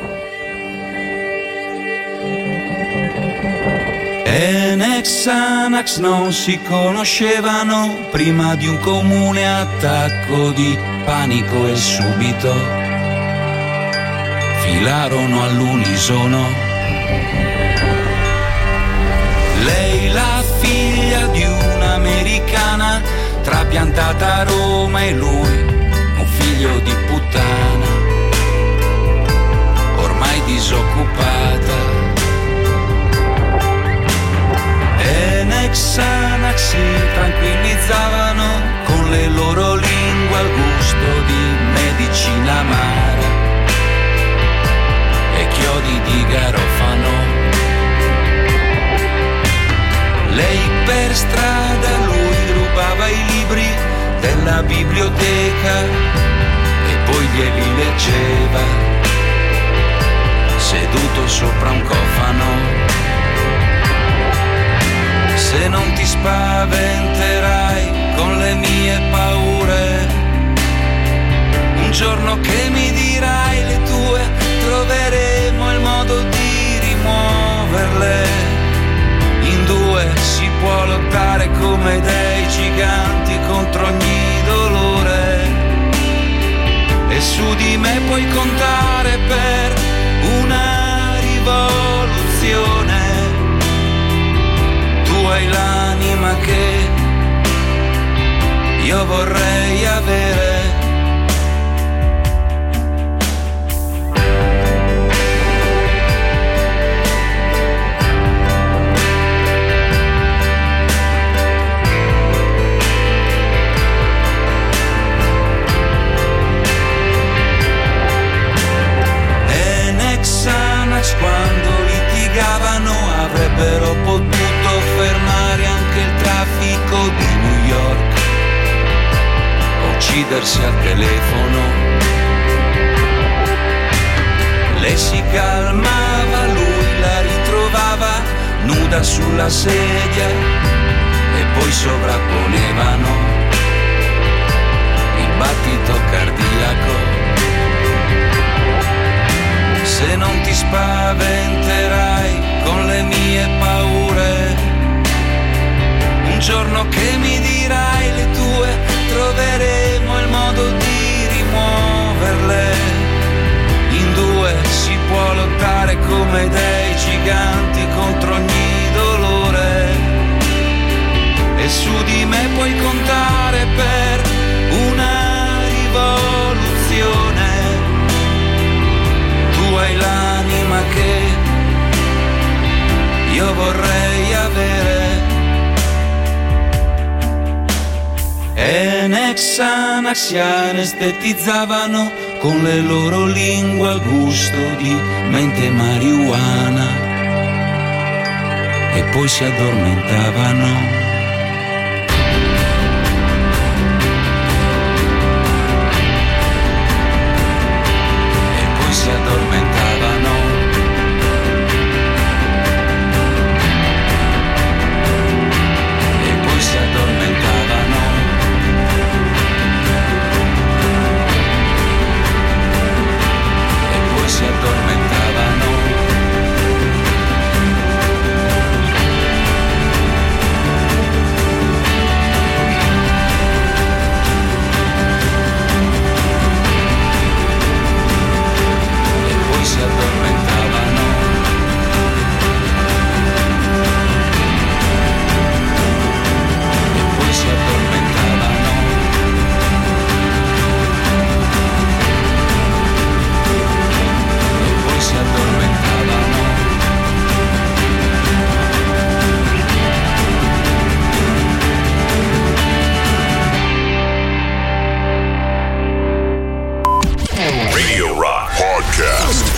Enex Xanax non si conoscevano prima di un comune attacco di panico e subito filarono all'unisono. Lei la figlia di un'americana trapiantata a Roma e lui un figlio di puttana ormai disoccupata. Enex Xanax si tranquillizzavano con le loro lingue al gusto di medicina amara e chiodi di garofano. Lei per strada, lui rubava i libri della biblioteca e poi glieli leggeva seduto sopra un cofano. Se non ti spaventerai con le mie paure, un giorno che mi dirai le tue, troveremo il modo di rimuoverle. In due si può lottare come dei giganti contro ogni dolore, e su di me puoi contare per una rivoluzione. Tu hai l'anima che io vorrei avere. Quando litigavano avrebbero potuto fermare anche il traffico di New York o uccidersi al telefono. Lei si calmava, lui la ritrovava nuda sulla sedia e poi sovrapponevano il battito cardiaco. Se non ti spaventerai con le mie paure, un giorno che mi dirai le tue, troveremo il modo di rimuoverle. In due si può lottare come dei giganti contro ogni dolore, e su di me puoi contare per una rivoluzione. Tu hai l'anima che io vorrei avere. Enex Xanax si anestetizzavano con le loro lingue al gusto di mente marijuana e poi si addormentavano. Radio Rock Podcast.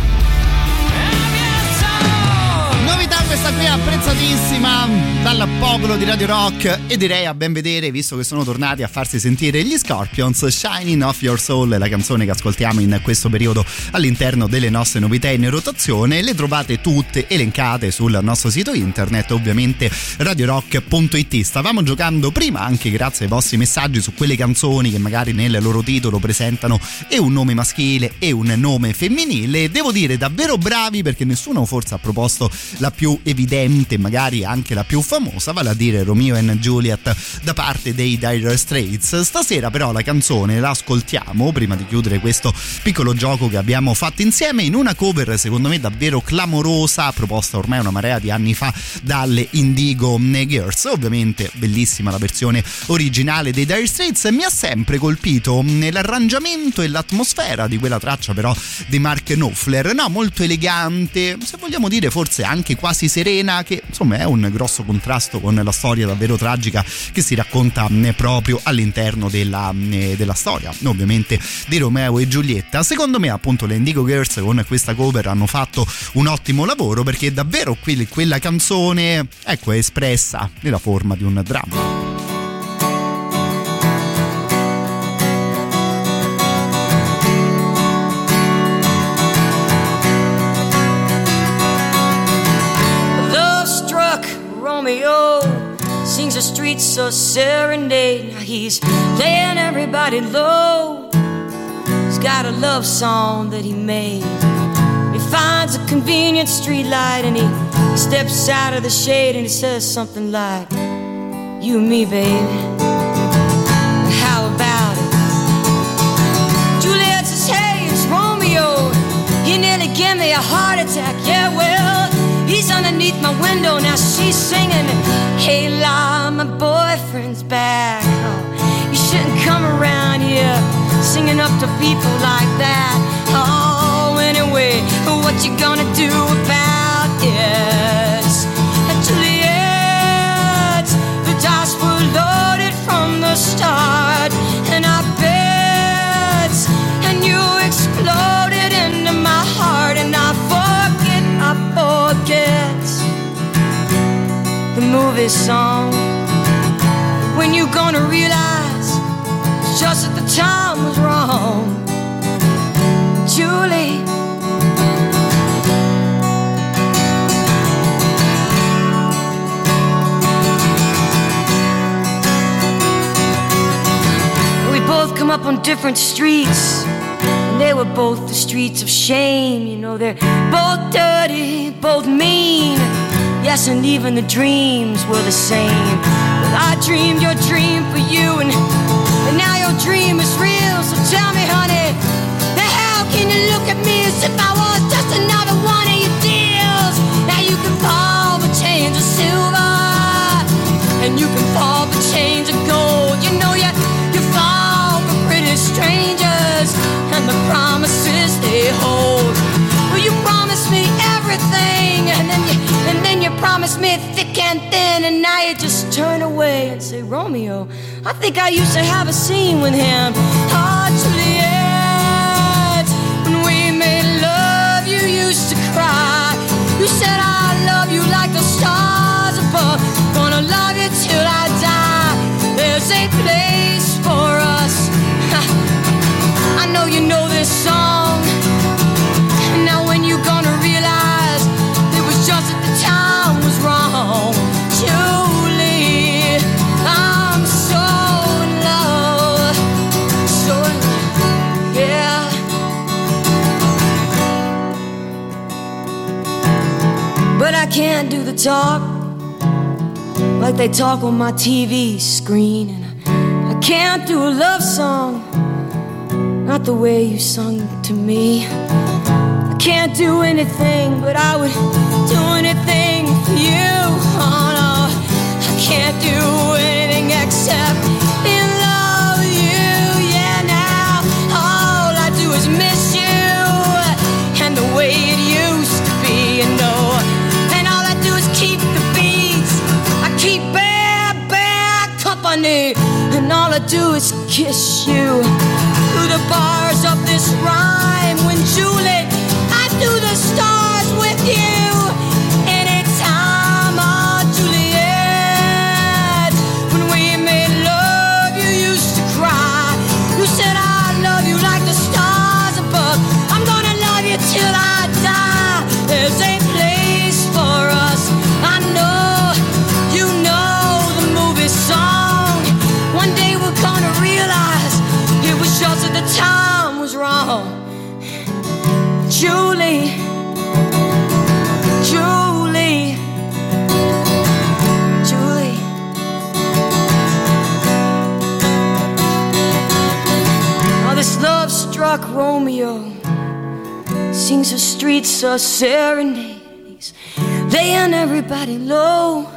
Novità questa qui apprezzatissima dal popolo di Radio Rock, e direi a ben vedere, visto che sono tornati a farsi sentire gli Scorpions. Shining of Your Soul è la canzone che ascoltiamo in questo periodo all'interno delle nostre novità in rotazione. Le trovate tutte elencate sul nostro sito internet, ovviamente radiorock.it. Stavamo giocando prima, anche grazie ai vostri messaggi, su quelle canzoni che magari nel loro titolo presentano e un nome maschile e un nome femminile. Devo dire davvero bravi, perché nessuno forse ha proposto la più evidente, magari anche la più famosa, vale a dire Romeo and Juliet da parte dei Dire Straits. Stasera però la canzone la ascoltiamo, prima di chiudere questo piccolo gioco che abbiamo fatto insieme, in una cover secondo me davvero clamorosa, proposta ormai una marea di anni fa dalle Indigo Girls. Ovviamente bellissima la versione originale dei Dire Straits. Mi ha sempre colpito l'arrangiamento e l'atmosfera di quella traccia però di Mark Knopfler, no? Molto elegante, se vogliamo dire forse anche quasi serena, che insomma è un grosso contrasto con la storia davvero tragica che si racconta proprio all'interno della storia, ovviamente, di Romeo e Giulietta. Secondo me appunto le Indigo Girls con questa cover hanno fatto un ottimo lavoro, perché davvero quella canzone, ecco, è espressa nella forma di un dramma. Sings a street so serenade. Now he's laying everybody low. He's got a love song that he made. He finds a convenient street light and he steps out of the shade and he says something like, "You and me, baby, how about it?" Juliet says, "Hey, it's Romeo. He nearly gave me a heart attack." Yeah, well, he's underneath my window, now she's singing, "Hey, la, my boyfriend's back. Oh, you shouldn't come around here singing up to people like that. Oh, anyway, what you gonna do about it?" Juliet, the dice were loaded from the start, and I bet, and you exploded into my heart, and I forget the movie song. When you gonna realize it's just that the time was wrong, Julie? We both come up on different streets, and they were both the streets of shame. You know, they're both dirty, both mean. Yes, and even the dreams were the same. Well, I dreamed your dream for you, and now your dream is real. So tell me, honey, now how can you look at me as if I was just another one of your deals? Now you can fall for chains of silver, and you can fall for chains of gold. You know you fall for pretty strangers and the promises they hold. Well, you promised me everything, and then you promised me thick and thin, and now you just turn away and say, "Romeo, I think I used to have a scene with him." Oh, Juliet, when we made love, you used to cry. You said, "I love you like the stars above, gonna love you till I die. There's a place for us." I know you know this song. Now when you gonna realize it was just that the time was wrong, Julie? I'm so in love, so in love, yeah. But I can't do the talk like they talk on my TV screen, and I can't do a love song not the way you sung to me. I can't do anything, but I would do anything for you. Oh no, I can't do anything except be in love with you. Yeah, now all I do is miss you, and the way it used to be, you know. And all I do is keep the beats, I keep bad company, and all I do is kiss you through the bars of this rhyme. Oh, Julie, Julie, Julie. Oh, this love-struck Romeo sings the streets a serenade. He's laying everybody low.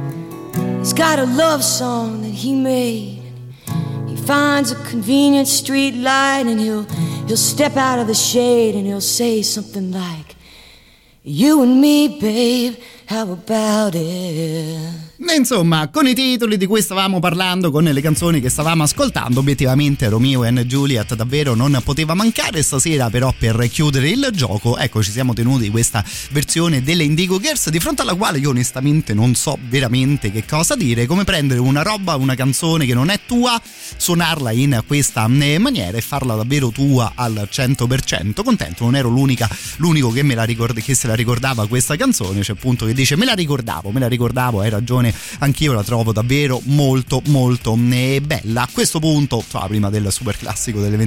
He's got a love song that he made. He finds a convenient street light and he'll step out of the shade and he'll say something like, you and me, babe, how about it? Insomma, con i titoli di cui stavamo parlando, con le canzoni che stavamo ascoltando, obiettivamente Romeo and Juliet davvero non poteva mancare. Stasera però, per chiudere il gioco, ecco, ci siamo tenuti questa versione delle Indigo Girls, di fronte alla quale io onestamente non so veramente che cosa dire, come prendere una roba, una canzone che non è tua, suonarla in questa maniera e farla davvero tua al 100%. Contento, non ero l'unico che che se la ricordava questa canzone. C'è appunto che dice me la ricordavo, hai ragione, anch'io la trovo davvero molto molto bella. A questo punto, prima del super classico delle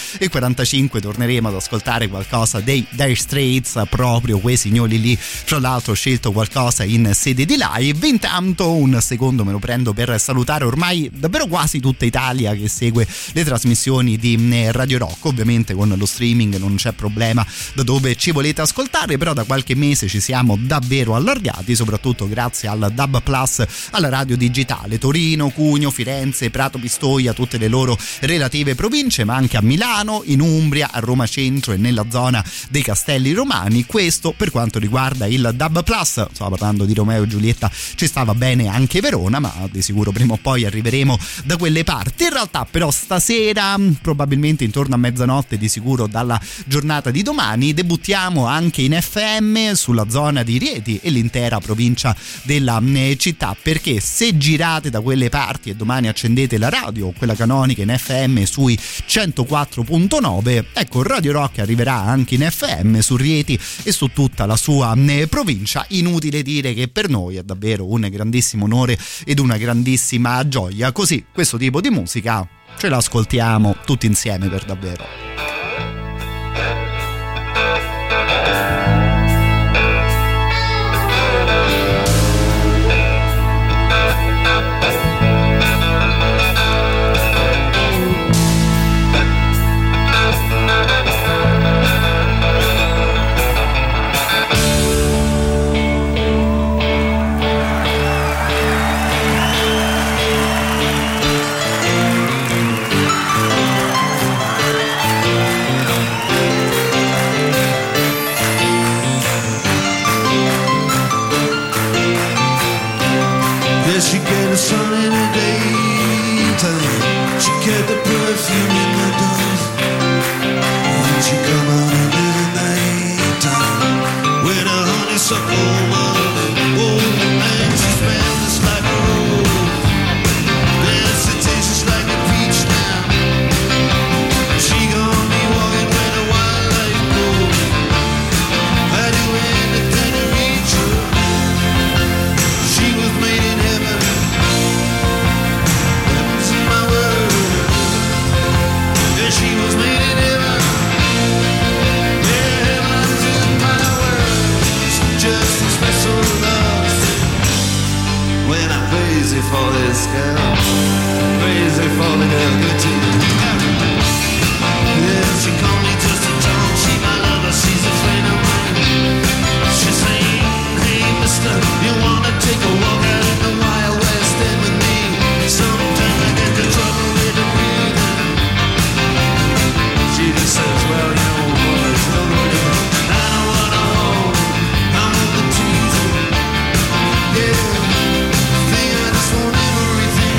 22:45, torneremo ad ascoltare qualcosa dei Dire Straits, proprio quei signori lì. Tra l'altro ho scelto qualcosa in sede di live. Intanto un secondo me lo prendo per salutare ormai davvero quasi tutta Italia che segue le trasmissioni di Radio Rock. Ovviamente con lo streaming non c'è problema da dove ci volete ascoltare, però da qualche mese ci siamo davvero allargati, soprattutto grazie al DAB Plus, alla radio digitale. Torino, Cugno, Firenze, Prato Pistoia, tutte le loro relative province, ma anche a Milano, in Umbria, a Roma Centro e nella zona dei Castelli Romani. Questo per quanto riguarda il DAB Plus. Stavo parlando di Romeo e Giulietta, ci stava bene anche Verona, ma di sicuro prima o poi arriveremo da quelle parti. In realtà però stasera, probabilmente intorno a mezzanotte, di sicuro dalla giornata di domani, debuttiamo anche in FM sulla zona di Rieti e l'intera provincia della città, perché se girate da quelle parti e domani accendete la radio, quella canonica in FM sui 104.9, ecco, Radio Rock arriverà anche in FM su Rieti e su tutta la sua provincia. Inutile dire che per noi è davvero un grandissimo onore ed una grandissima gioia. Così questo tipo di musica ce l'ascoltiamo tutti insieme per davvero. She get the sun in the daytime, she get the perfume in the dusk, and she come out in the nighttime with a honeysuckle musk. Oh, and she smells just like a rose, yes, it tastes just like a peach now. She gonna be walking where the wildlife goes. I do anything to reach her. She was made in heaven. She was made in heaven. Yeah, heaven's in my words. Just a special love. When I'm crazy for this girl, crazy for the girl good to me. Yeah, she called me just to talk. She my lover, she's a friend of mine. She's saying, hey mister, you wanna take a walk out in the Wild West End with me? Sometimes I get in trouble with the breathing. She just says, well, you know, boys, no good. I know what I want. I'm over teasing. Yeah, think I just want everything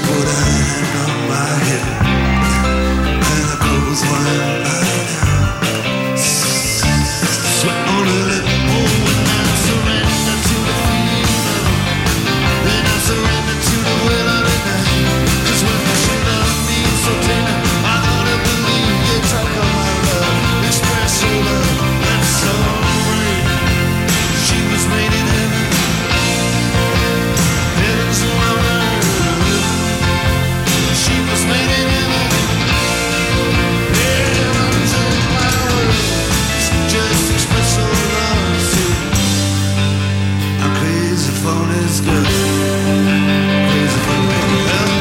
put a hand on my hip and the cold wine lying down. Sweat on her lip. Oh, when I surrender to the fever, then I surrender to the will of the night. 'Cause when she loved me so tender, I ought to believe you talk of my love, express your love, that's so great. She was made in heaven, heaven's my word. She was made in heaven, heaven's my word. Just express your love to. I'm crazy for this girl, crazy for this girl.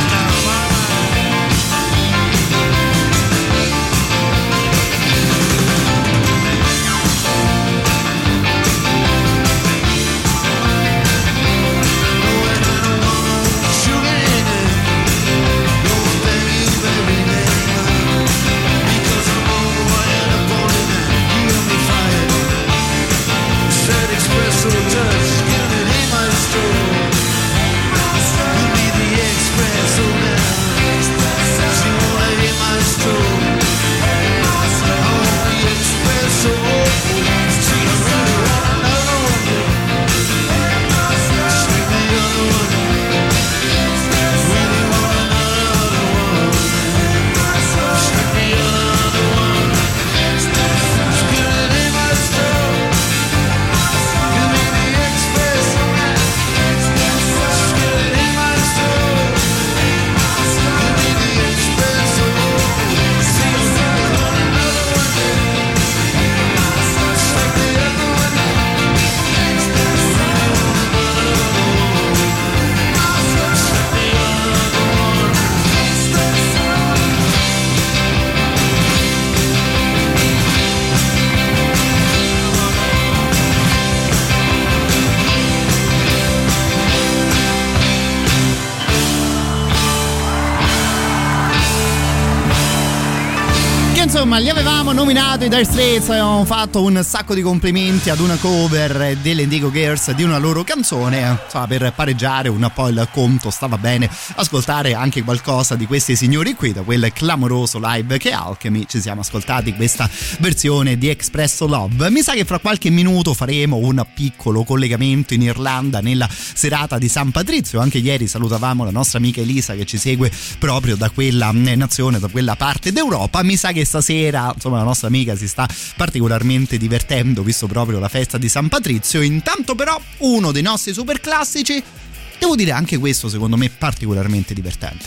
Insomma, li avevamo nominato i Dire Straits, avevamo fatto un sacco di complimenti ad una cover delle Indigo Girls di una loro canzone. Insomma, per pareggiare un po' il conto stava bene ascoltare anche qualcosa di questi signori qui. Da quel clamoroso live che Alchemy ci siamo ascoltati questa versione di Expresso Love. Mi sa che fra qualche minuto faremo un piccolo collegamento in Irlanda nella serata di San Patrizio. Anche ieri salutavamo la nostra amica Elisa che ci segue proprio da quella nazione, da quella parte d'Europa. Mi sa che stasera, insomma, la nostra amica si sta particolarmente divertendo visto proprio la festa di San Patrizio. Intanto però uno dei nostri super classici, devo dire anche questo secondo me particolarmente divertente.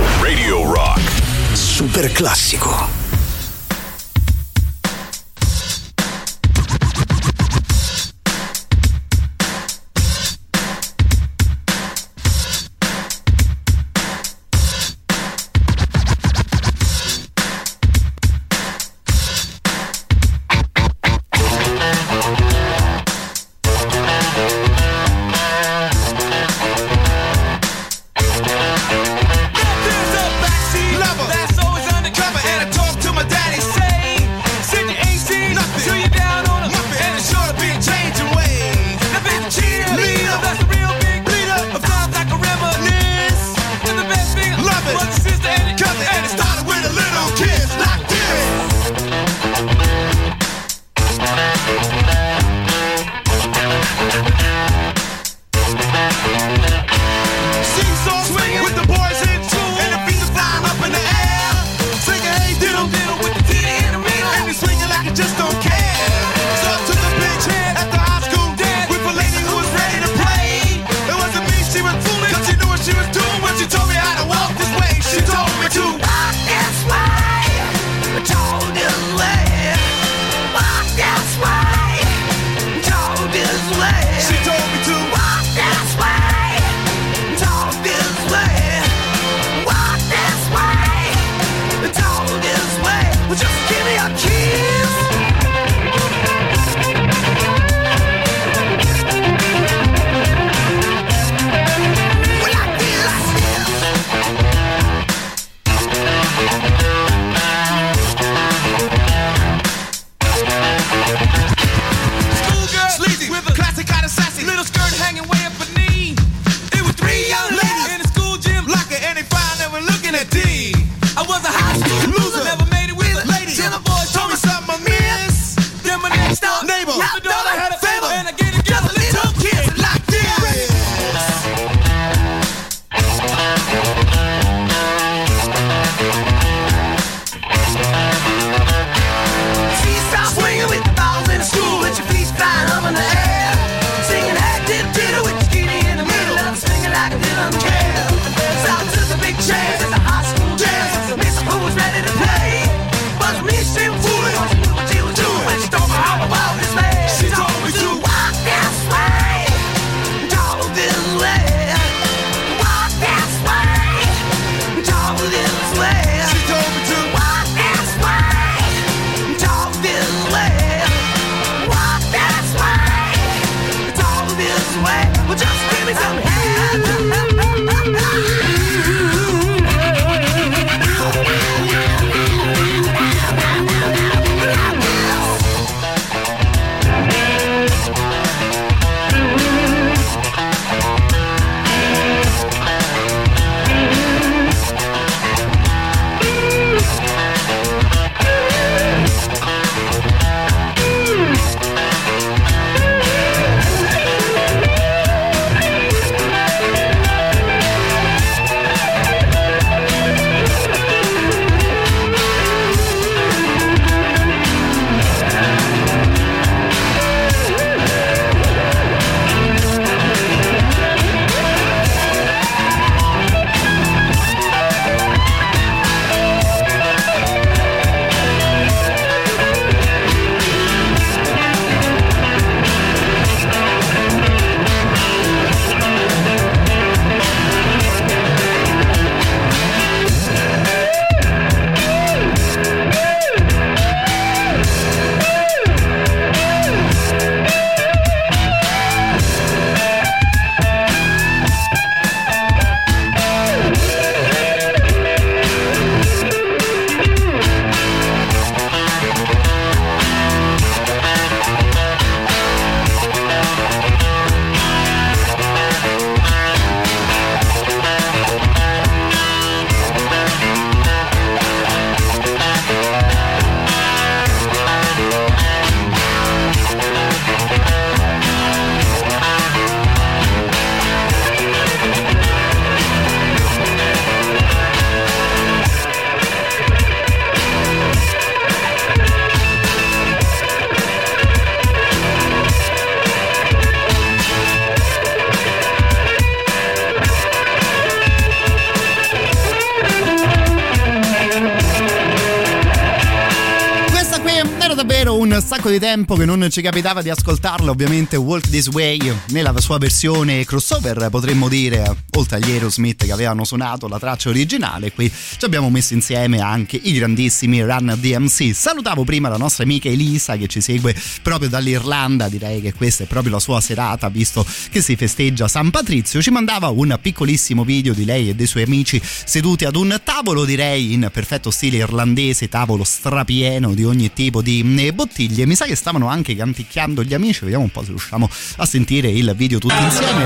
Radio Rock Super classico. That's always undercover, and I talk to my daddy, say un sacco di tempo che non ci capitava di ascoltarla, ovviamente Walk This Way nella sua versione crossover, potremmo dire, oltre agli Aerosmith che avevano suonato la traccia originale. Qui ci abbiamo messo insieme anche i grandissimi Run DMC. Salutavo prima la nostra amica Elisa che ci segue proprio dall'Irlanda, direi che questa è proprio la sua serata visto che si festeggia San Patrizio. Ci mandava un piccolissimo video di lei e dei suoi amici seduti ad un tavolo, direi in perfetto stile irlandese, tavolo strapieno di ogni tipo di bottiglie. Mi sa che stavano anche canticchiando gli amici, vediamo un po' se riusciamo a sentire il video tutti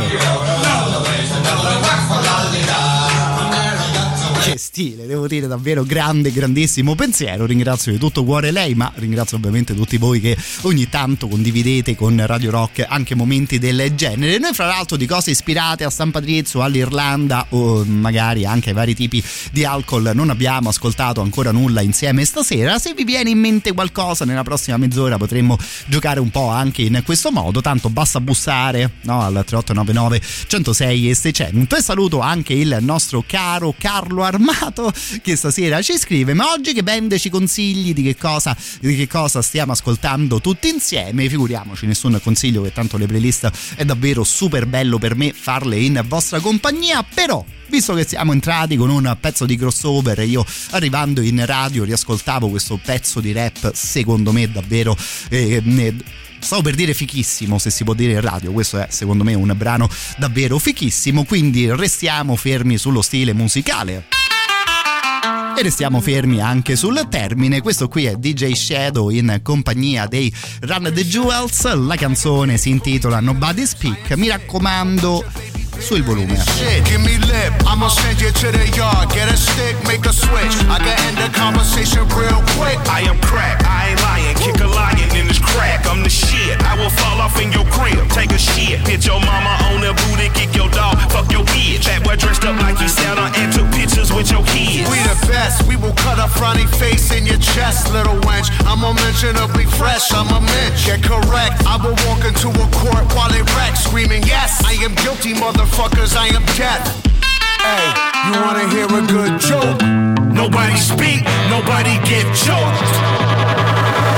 insieme. Che stile, devo dire, davvero grande, grandissimo pensiero. Ringrazio di tutto cuore lei, ma ringrazio ovviamente tutti voi che ogni tanto condividete con Radio Rock anche momenti del genere. Noi fra l'altro di cose ispirate a San Patrizio, all'Irlanda o magari anche ai vari tipi di alcol non abbiamo ascoltato ancora nulla insieme stasera. Se vi viene in mente qualcosa nella prossima mezz'ora potremmo giocare un po' anche in questo modo, tanto basta bussare, no, al 3899 106 e 600. E saluto anche il nostro caro Carlo Armato che stasera ci scrive: ma oggi che band ci consigli, di che cosa stiamo ascoltando tutti insieme? Figuriamoci, nessun consiglio, che tanto le playlist è davvero super bello per me farle in vostra compagnia. Però visto che siamo entrati con un pezzo di crossover, io arrivando in radio riascoltavo questo pezzo di rap, secondo me davvero stavo per dire fichissimo, se si può dire in radio. Questo è secondo me un brano davvero fichissimo, quindi restiamo fermi sullo stile musicale e restiamo fermi anche sul termine. Questo qui è DJ Shadow in compagnia dei Run the Jewels. La canzone si intitola Nobody Speak. Mi raccomando, sul volume. Shit, give me lip. I'ma send you to the yard. Get a stick, make a switch. I can end the conversation real quick. I am crack, I ain't lying. Kick a lion in this crack. I'm the shit. I will fall off in your crib. Take a shit. Hit your mama on the booty. Kick your dog. Fuck your bitch. That boy dressed up like he Santa and took pictures with your kids. We the best. We will cut a frowny face in your chest, little wench. I'm unmentionably fresh. I'm a mensch. Get correct. I will walk into a court while it wrecks, screaming, yes, I am guilty, motherfuckers, I am death. Hey, you wanna hear a good joke? Nobody speak, nobody get choked.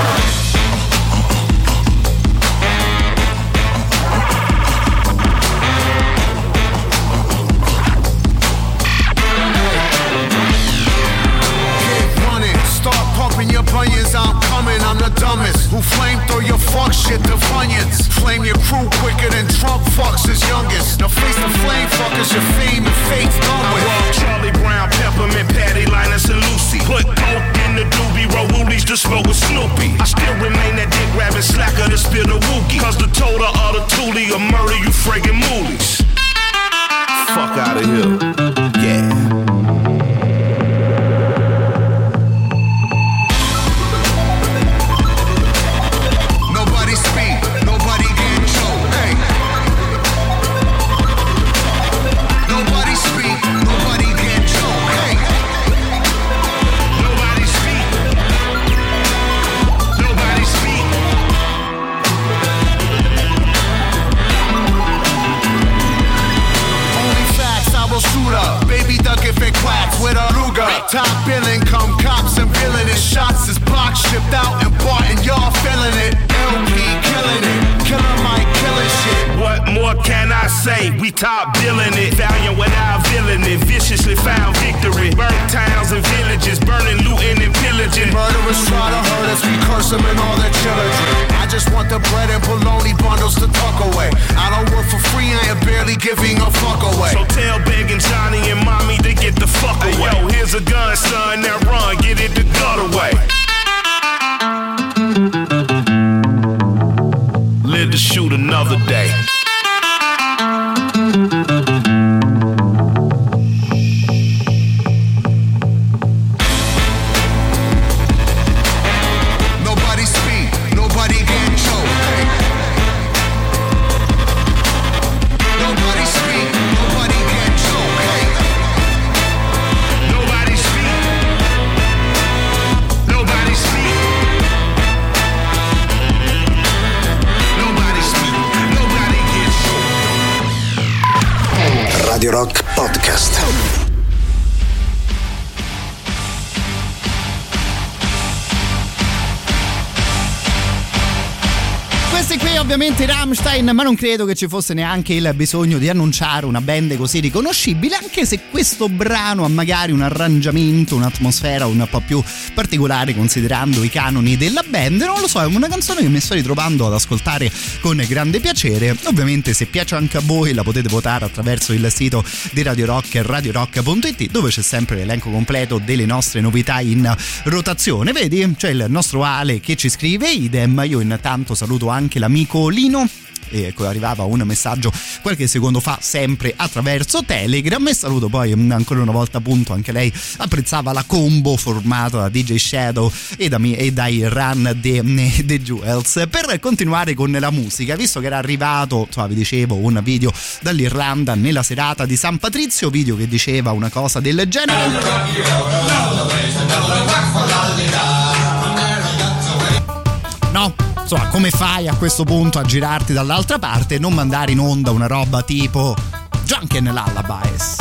Your bunions, I'm coming, I'm the dumbest who flamethrow your fuck shit to Funyuns. Flame your crew quicker than Trump fucks his youngest. Now face the flame fuckers, your fame and fate's done with. I walk Charlie Brown, Peppermint, Patty, Linus and Lucy. Put coke in the doobie, roll woolies to smoke with Snoopy. I still remain that dick rabbit slacker to spill the wookie. Cause the total of the toolie will murder you friggin' moolies. Fuck out of here, yeah. Baby duck if it quacks with a Ruger. Top billing, come cops and villainous shots is box shipped out and bought and y'all feeling it. LP killing it, Killer Mike killing shit. What more can I say? We top billing it, valiant without villain it. Viciously found victory, burnt towns and villages, burning, looting and pillaging. Murderers try to hurt us, we curse them and all their children. I just want the bread and bologna bundles to tuck away. I don't work for free, I am barely giving a fuck away. So tell begging Johnny and mommy to get the fuck away. Hey, yo, here's a gun, son, now run, get it the gut away. Live to shoot another day. Radio Rock Podcast. ovviamente i Rammstein, ma non credo che ci fosse neanche il bisogno di annunciare una band così riconoscibile, anche se questo brano ha magari un arrangiamento, un'atmosfera un po' più particolare considerando i canoni della band. Non lo so, è una canzone che mi sto ritrovando ad ascoltare con grande piacere. Ovviamente se piace anche a voi la potete votare attraverso il sito di Radio Rock, radiorock.it, dove c'è sempre l'elenco completo delle nostre novità in rotazione. Vedi, c'è il nostro Ale che ci scrive, idem. Io intanto saluto anche l'amico Lino, e ecco, arrivava un messaggio qualche secondo fa sempre attraverso Telegram, e saluto poi ancora una volta appunto anche lei apprezzava la combo formata da DJ Shadow e dai Run The Jewels. Per continuare con la musica, visto che era arrivato, insomma, vi dicevo, un video dall'Irlanda nella serata di San Patrizio, video che diceva una cosa del genere. No, insomma, come fai a questo punto a girarti dall'altra parte e non mandare in onda una roba tipo Drunken Lullabies?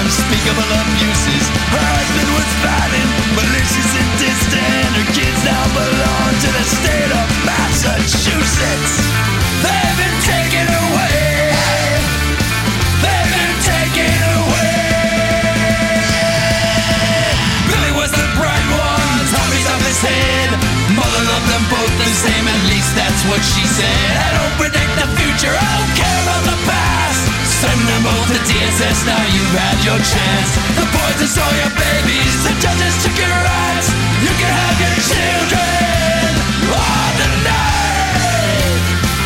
unspeakable abuses. Her husband was violent, malicious and distant. Her kids now belong to the state of Massachusetts. They've been taken away. They've been taken away. Billy was the bright one, Tommy's off his head. Mother loved them both the same, at least that's what she said. I don't predict the future, I don't care about the past. Send them both to DSS, now you've had your chance. The boys that saw your babies, the judges took your rights. You can have your children on the night.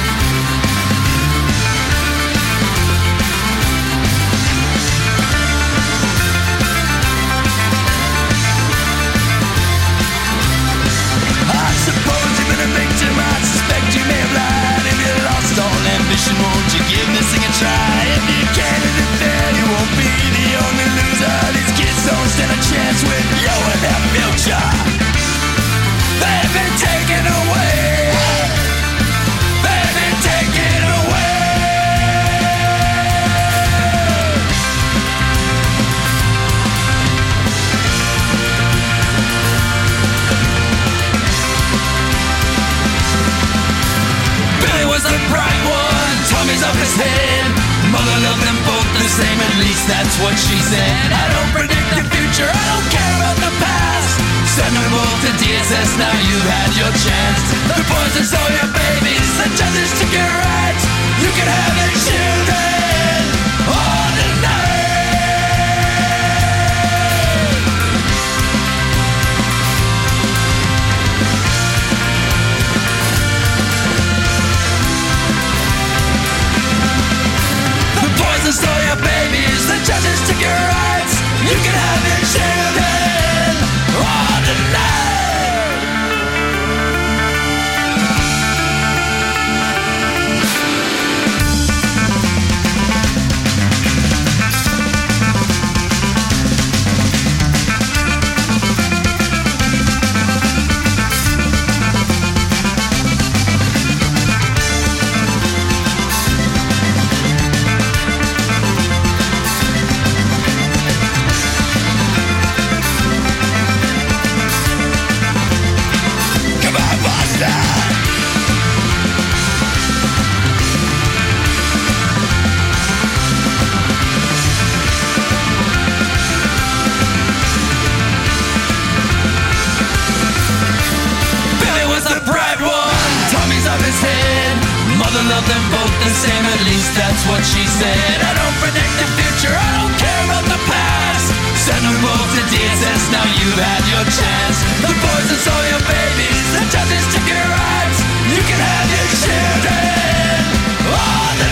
I suppose you've been a victim, I suspect you may have lied. If you lost all ambition, won't you give this thing a try? If you can't end it fair, you won't be the only loser. These kids don't stand a chance with you and their future. They've been taken away. They've been taken away. Billy was the bright one, Tommy's off his head. Mother loved them both the same, at least that's what she said. I don't predict the future, I don't care about the past. Send them both to DSS, now you've had your chance. The boys that saw your babies, the judges took your rights. You can have your children on the night. The boys that saw your babies, the judges took your rights. You can have your children on the night. Mother loved them both the same, at least that's what she said. I don't predict the future, I don't care about the past. Send them both to DSS, now you've had your chance. The boys that saw your babies, the judges took your rights. You can have your children on the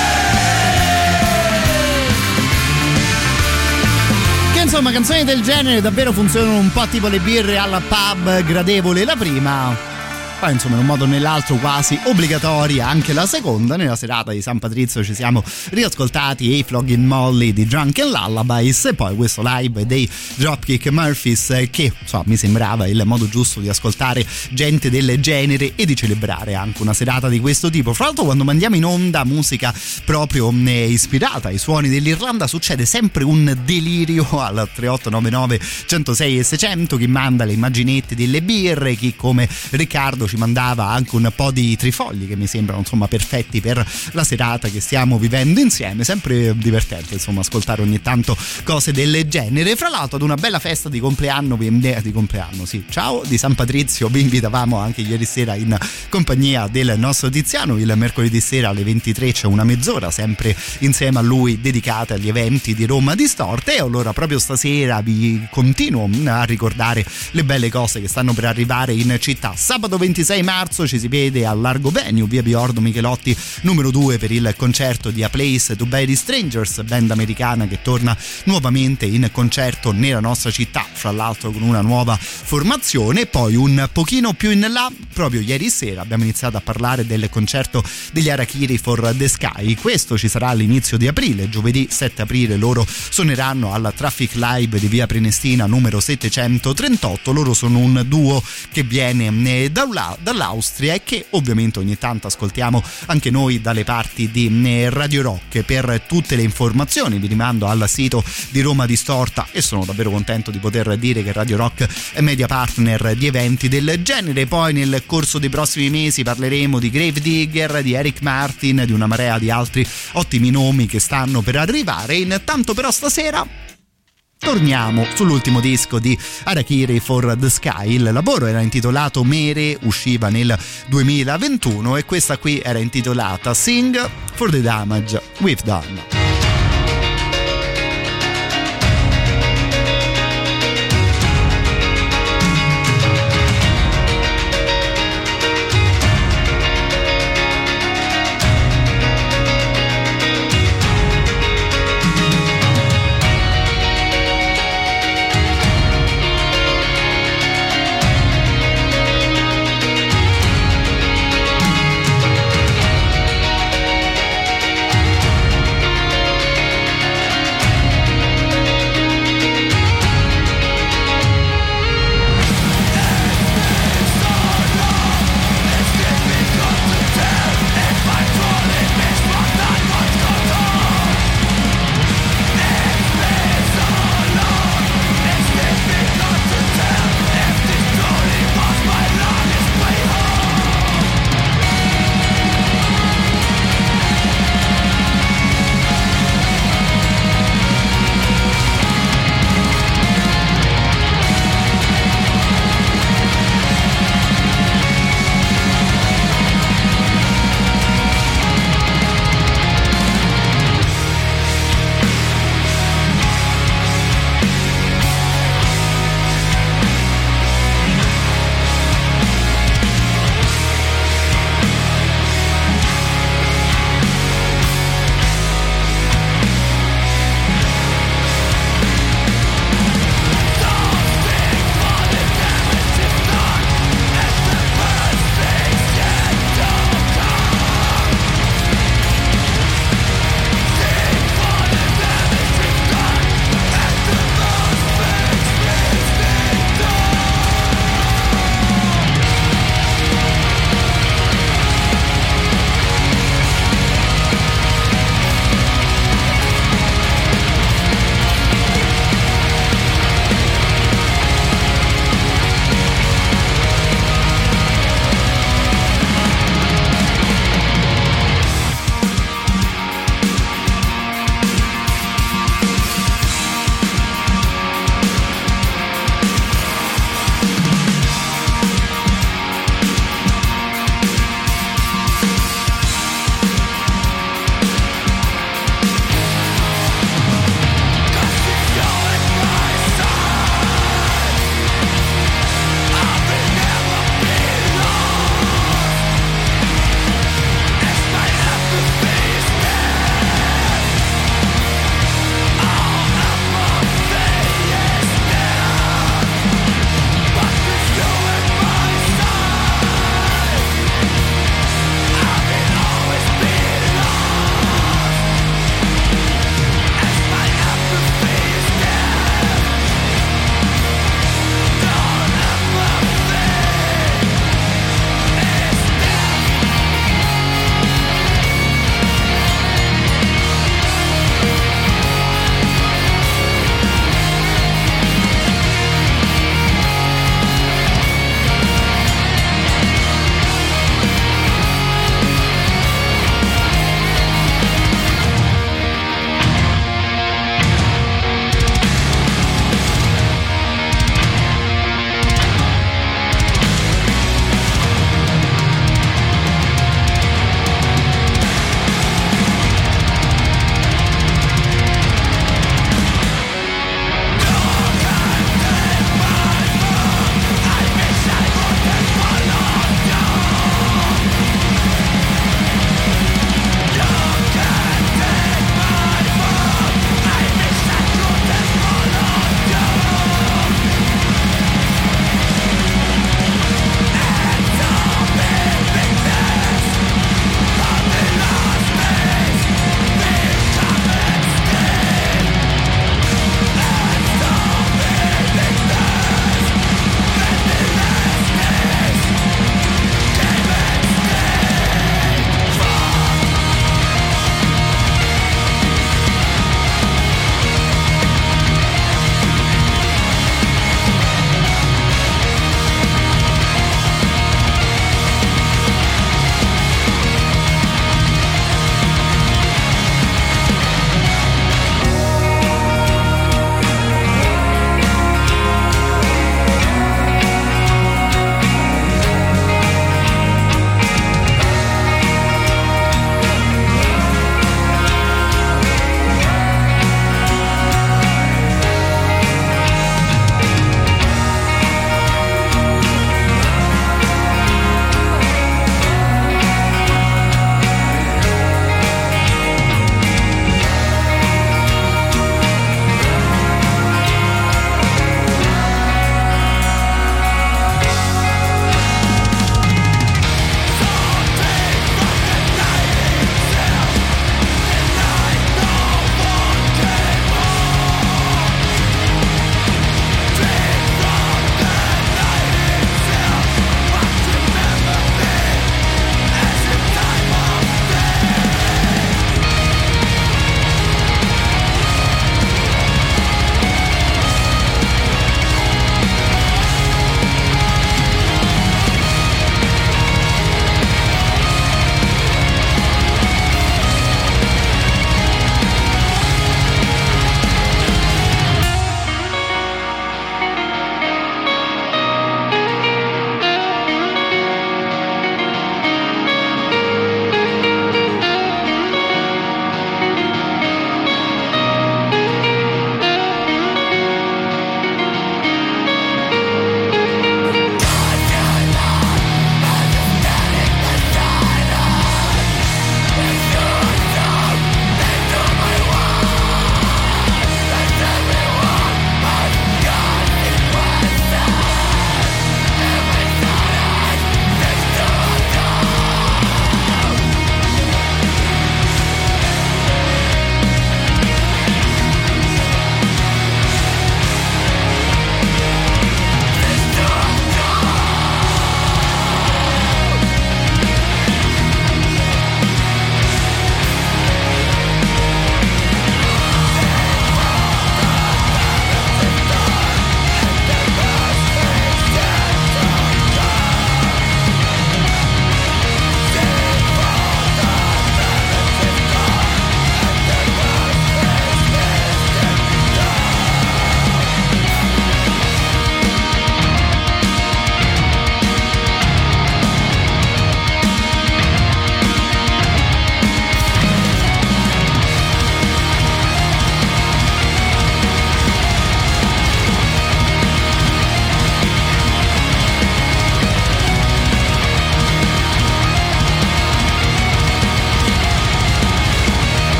night. Che insomma, canzoni del genere davvero funzionano un po' tipo le birre alla pub, gradevole la prima, poi insomma in un modo o nell'altro quasi obbligatoria anche la seconda. Nella serata di San Patrizio ci siamo riascoltati Flogging Molly di Drunken Lullabies e poi questo live dei Dropkick Murphys, che insomma mi sembrava il modo giusto di ascoltare gente del genere e di celebrare anche una serata di questo tipo. Fra l'altro, quando mandiamo in onda musica proprio ispirata ai suoni dell'Irlanda, succede sempre un delirio al 3899 106 e 600. Chi manda le immaginette delle birre, chi come Riccardo ci mandava anche un po' di trifogli che mi sembrano insomma perfetti per la serata che stiamo vivendo insieme. Sempre divertente insomma ascoltare ogni tanto cose del genere. Fra l'altro, ad una bella festa di compleanno di San Patrizio vi invitavamo anche ieri sera in compagnia del nostro Tiziano. Il mercoledì sera alle 23 c'è una mezz'ora sempre insieme a lui dedicata agli eventi di Roma Distorte, e allora proprio stasera vi continuo a ricordare le belle cose che stanno per arrivare in città. Sabato 26 marzo ci si vede al Largo Venue, via Biordo Michelotti numero 2, per il concerto di A Place to Bury Strangers, band americana che torna nuovamente in concerto nella nostra città, fra l'altro con una nuova formazione. Poi un pochino più in là, proprio ieri sera abbiamo iniziato a parlare del concerto degli Harakiri for the Sky. Questo ci sarà all'inizio di aprile, giovedì 7 aprile loro suoneranno alla Traffic Live di via Prenestina numero 738. Loro sono un duo che viene da un lato dall'Austria e che ovviamente ogni tanto ascoltiamo anche noi dalle parti di Radio Rock. Per tutte le informazioni vi rimando al sito di Roma Distorta e sono davvero contento di poter dire che Radio Rock è media partner di eventi del genere. Poi nel corso dei prossimi mesi parleremo di Gravedigger, di Eric Martin, di una marea di altri ottimi nomi che stanno per arrivare. Intanto però stasera torniamo sull'ultimo disco di Harakiri for the Sky. Il lavoro era intitolato Mere, usciva nel 2021 e questa qui era intitolata Sing for the Damage We've Done.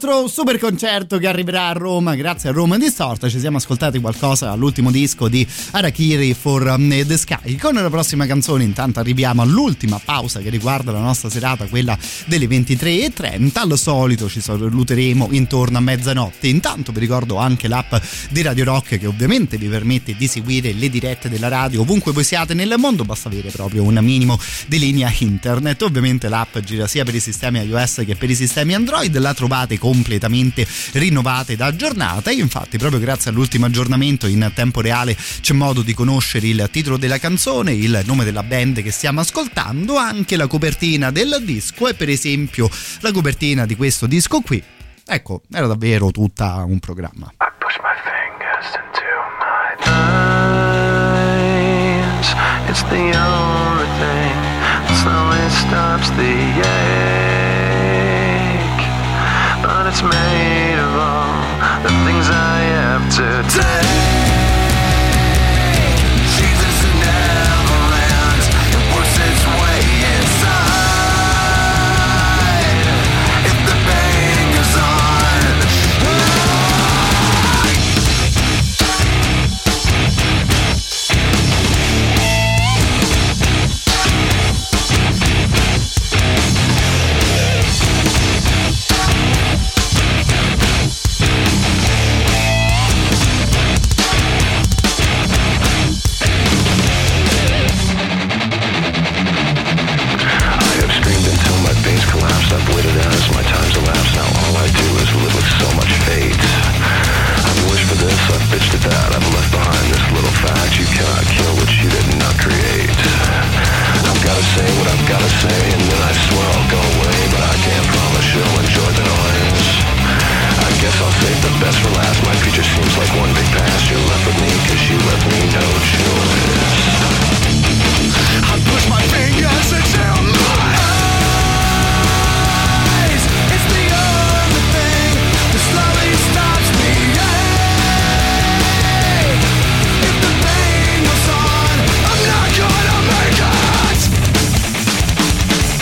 nostro super concerto che arriverà a Roma grazie a Roma Distorta. Ci siamo ascoltati qualcosa all'ultimo disco di Harakiri for the Sky. Con la prossima canzone intanto arriviamo all'ultima pausa che riguarda la nostra serata, quella delle 23:30. Al solito ci saluteremo intorno a mezzanotte. Intanto vi ricordo anche l'app di Radio Rock, che ovviamente vi permette di seguire le dirette della radio ovunque voi siate nel mondo, basta avere proprio un minimo di linea internet. Ovviamente l'app gira sia per i sistemi iOS che per i sistemi Android, la trovate completamente rinnovata ed aggiornata, e infatti proprio grazie all'ultimo aggiornamento in tempo reale c'è modo di conoscere il titolo della canzone, il nome della band che stiamo ascoltando, anche la copertina del disco, e per esempio la copertina di questo disco qui, ecco, era davvero tutta un programma. I push my fingers into my eyes. It's the only thing that slowly stops the ache. But it's made of all the things I have to take. Jesus never lands, it works its way inside. If the pain goes on, I've waited as my time's elapsed. Now all I do is live with so much fate. I've wished for this, I've bitched at that. I've left behind this little fact: you cannot kill what you did not create. I've gotta say what I've gotta say, and then I swear I'll go away. But I can't promise you'll enjoy the noise. I guess I'll save the best for last. My future seems like one big past. You're left with me cause you left me no choice. I push my fingers into my eyes. It's the only thing that slowly stops me. If the pain goes on, I'm not gonna make it.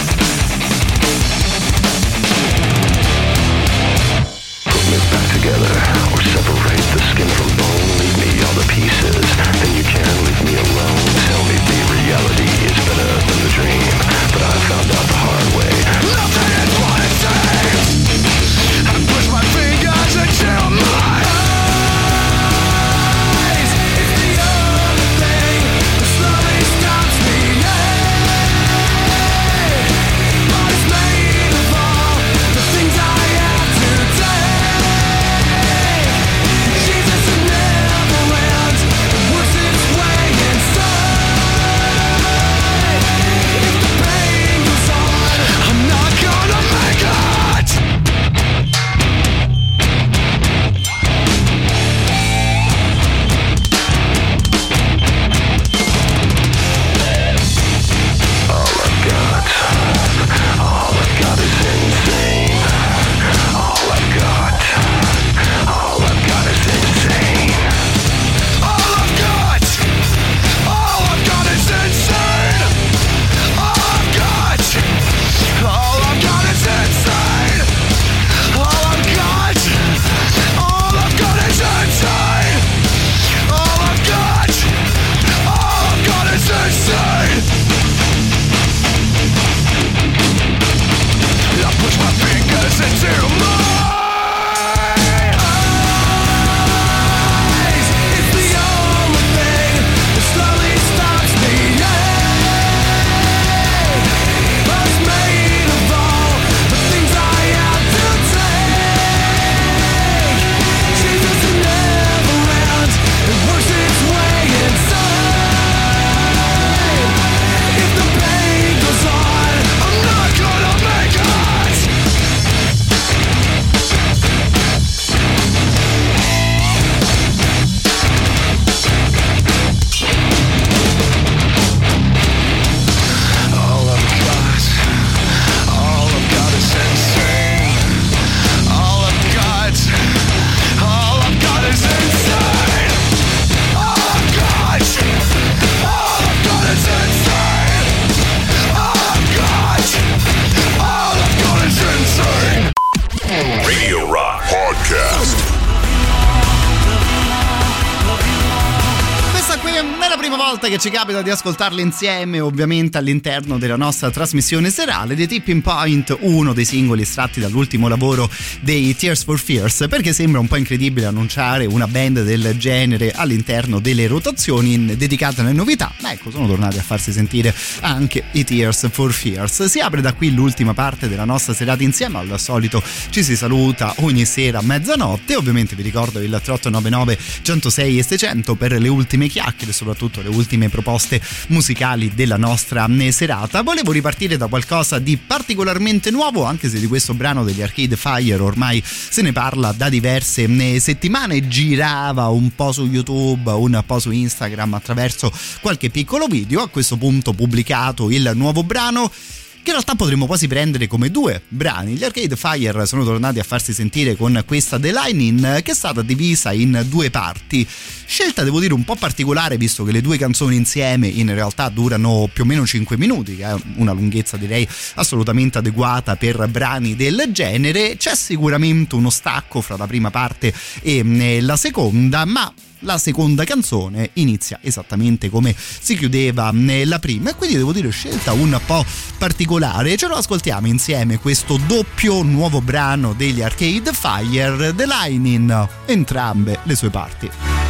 prima volta che ci capita di ascoltarli insieme, ovviamente all'interno della nostra trasmissione serale. The Tipping Point, uno dei singoli estratti dall'ultimo lavoro dei Tears for Fears, perché sembra un po' incredibile annunciare una band del genere all'interno delle rotazioni dedicate alle novità, ma ecco, sono tornati a farsi sentire anche i Tears for Fears. Si apre da qui l'ultima parte della nostra serata insieme. Al solito ci si saluta ogni sera a mezzanotte, ovviamente vi ricordo il 3899 106 e 600 per le ultime chiacchiere, soprattutto le ultime proposte musicali della nostra serata. Volevo ripartire da qualcosa di particolarmente nuovo, anche se di questo brano degli Arcade Fire ormai se ne parla da diverse settimane, girava un po' su YouTube, un po' su Instagram attraverso qualche piccolo video. A questo punto pubblicato il nuovo brano, che in realtà potremmo quasi prendere come due brani. Gli Arcade Fire sono tornati a farsi sentire con questa The Line-In, che è stata divisa in due parti. Scelta, devo dire, un po' particolare, visto che le due canzoni insieme in realtà durano più o meno 5 minuti, che è una lunghezza direi assolutamente adeguata per brani del genere. C'è sicuramente uno stacco fra la prima parte e la seconda, ma la seconda canzone inizia esattamente come si chiudeva la prima, e quindi devo dire scelta un po' particolare. Ce lo ascoltiamo insieme, questo doppio nuovo brano degli Arcade Fire, The Line-In, entrambe le sue parti.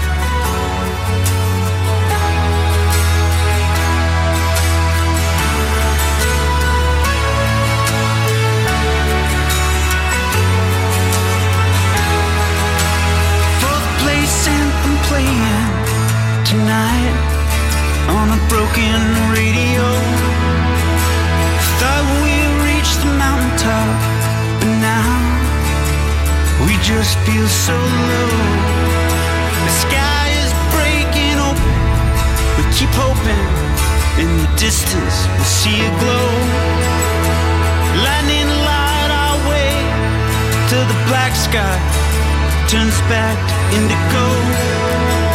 Tonight on a broken radio, thought we reached the mountaintop, but now we just feel so low. The sky is breaking open, we keep hoping in the distance we'll see a glow. Lightning light our way till the black sky turns back to indigo.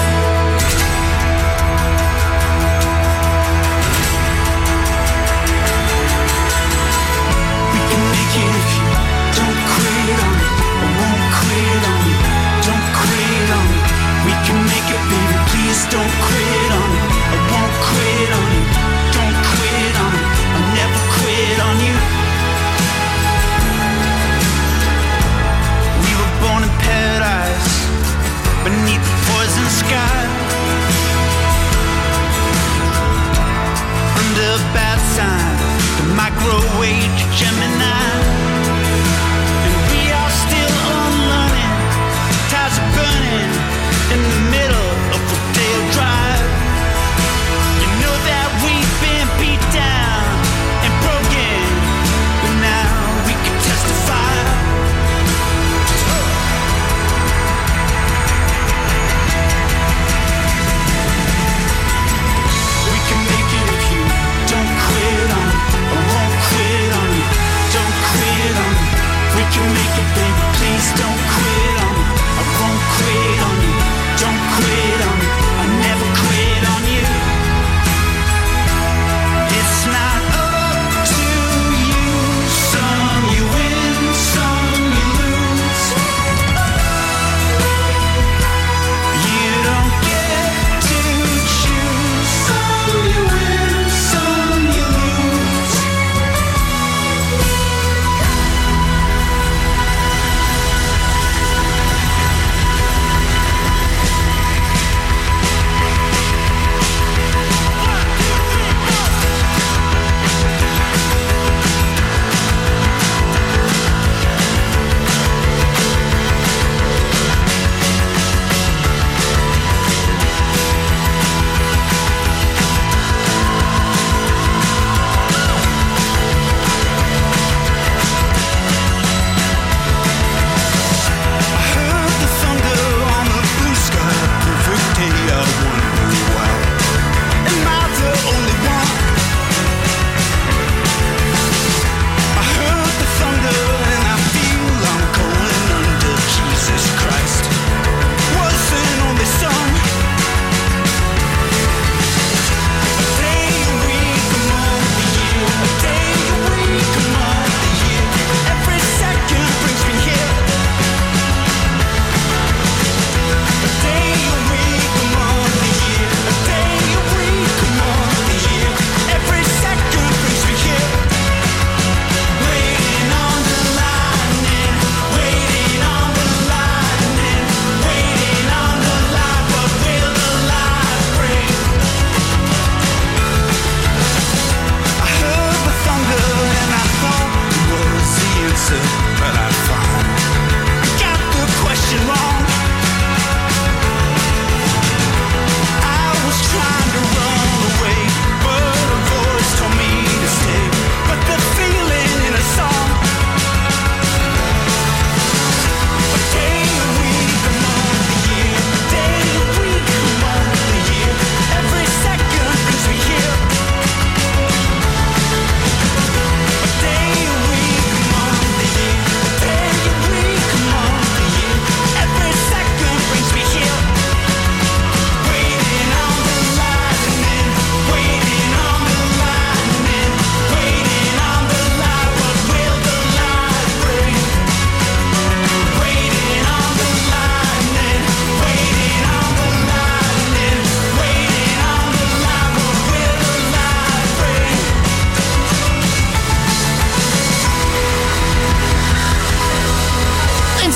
Don't quit on me, I won't quit on you. Don't quit on me, I'll never quit on you. We were born in paradise, beneath the poison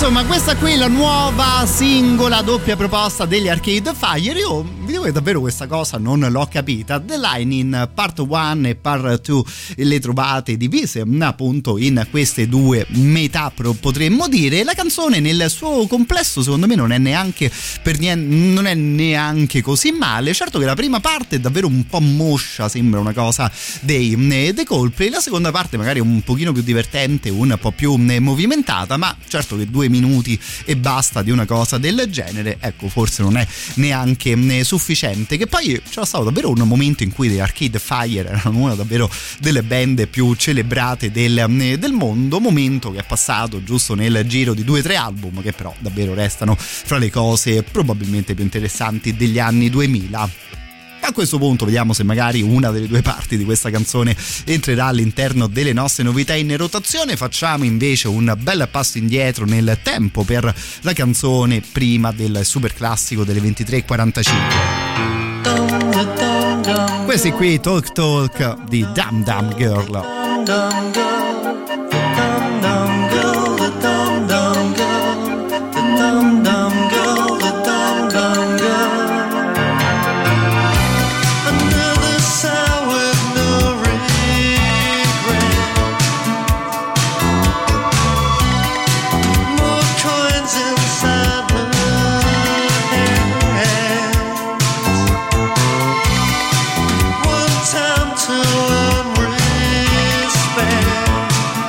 Insomma, questa qui è la nuova singola doppia proposta degli Arcade Fire. Io vi dico che davvero questa cosa non l'ho capita. The Line in Part 1 e Part 2 le trovate divise appunto in queste due metà, potremmo dire. La canzone nel suo complesso secondo me non è neanche per niente, non è neanche così male. Certo che la prima parte è davvero un po' moscia, sembra una cosa dei The Coldplay. La seconda parte magari un pochino più divertente, un po' più movimentata, ma certo che 2 minuti e basta di una cosa del genere, ecco, forse non è neanche sufficiente. Che poi c'era stato davvero un momento in cui The Arcade Fire erano una davvero delle band più celebrate del mondo, momento che è passato giusto nel giro di 2-3 album, che però davvero restano fra le cose probabilmente più interessanti degli anni 2000. A questo punto vediamo se magari una delle due parti di questa canzone entrerà all'interno delle nostre novità in rotazione. Facciamo invece un bel passo indietro nel tempo per la canzone prima del super classico delle 23:45. Questi qui, Talk Talk di Dum Dum Girl. Time to unreal.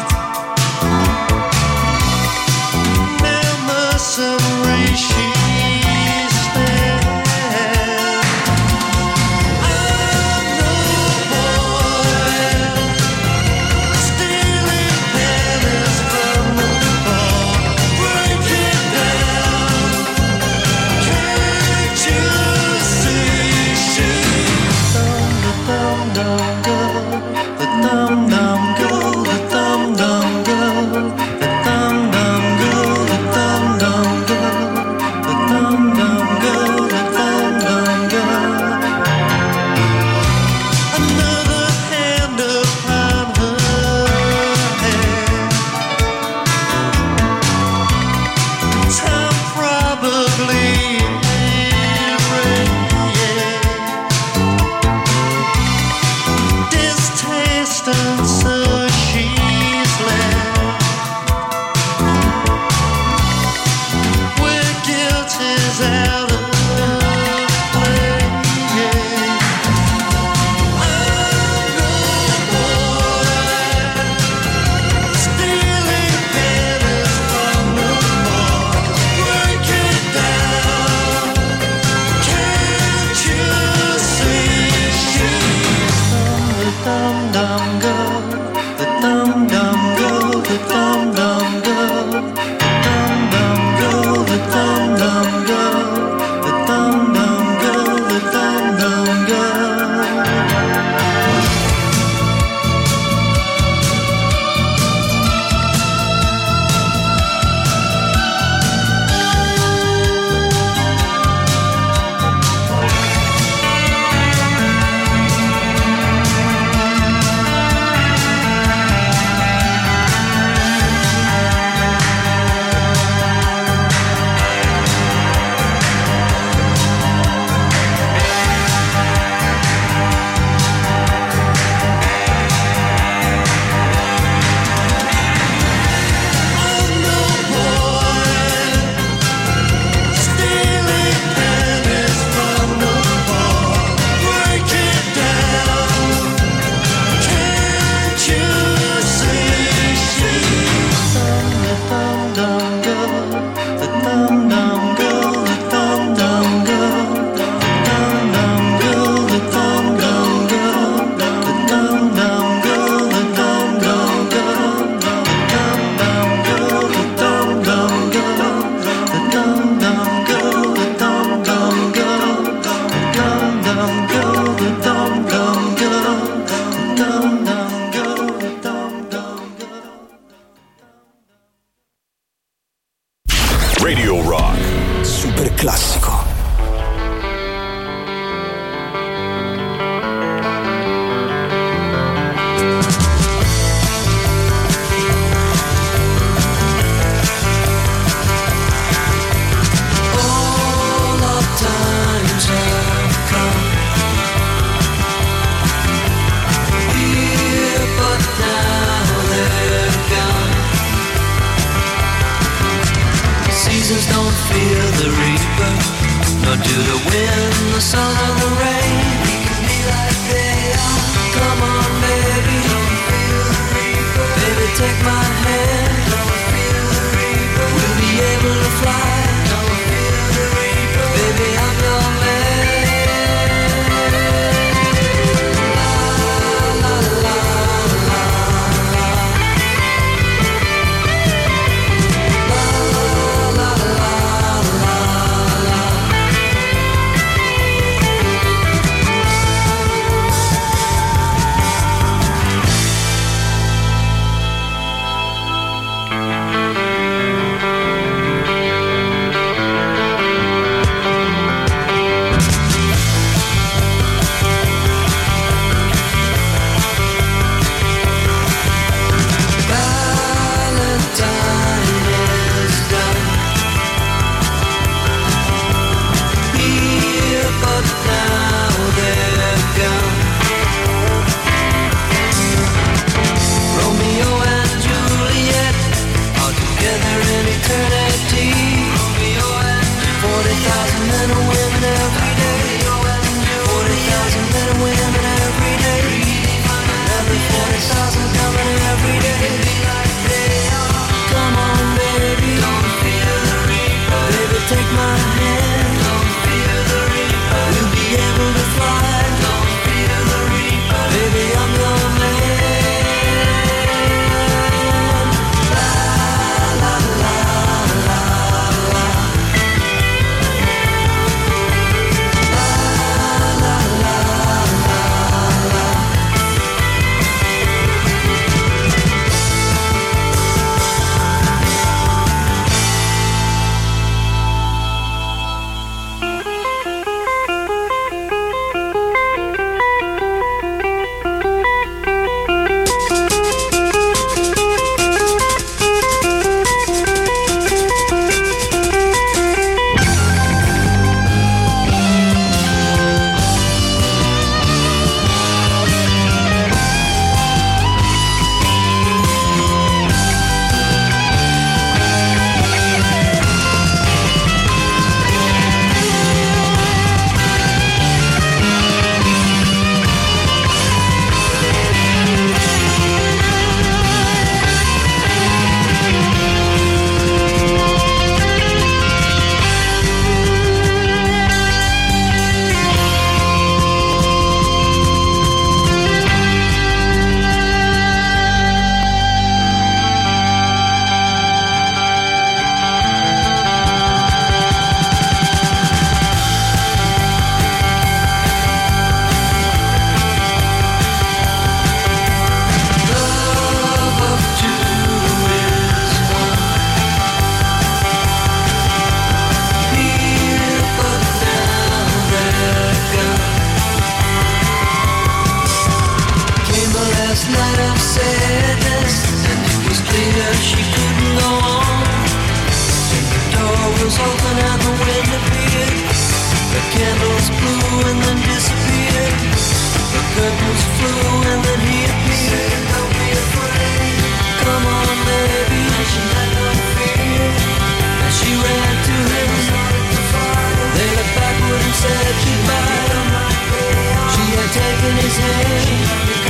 her she couldn't go on. The door was open and the wind appeared. The candles blew and then disappeared. The curtains flew and then he appeared. Don't be afraid, come on baby, she had no fear. And she ran to him, they looked backward and said goodbye. She had taken his hand.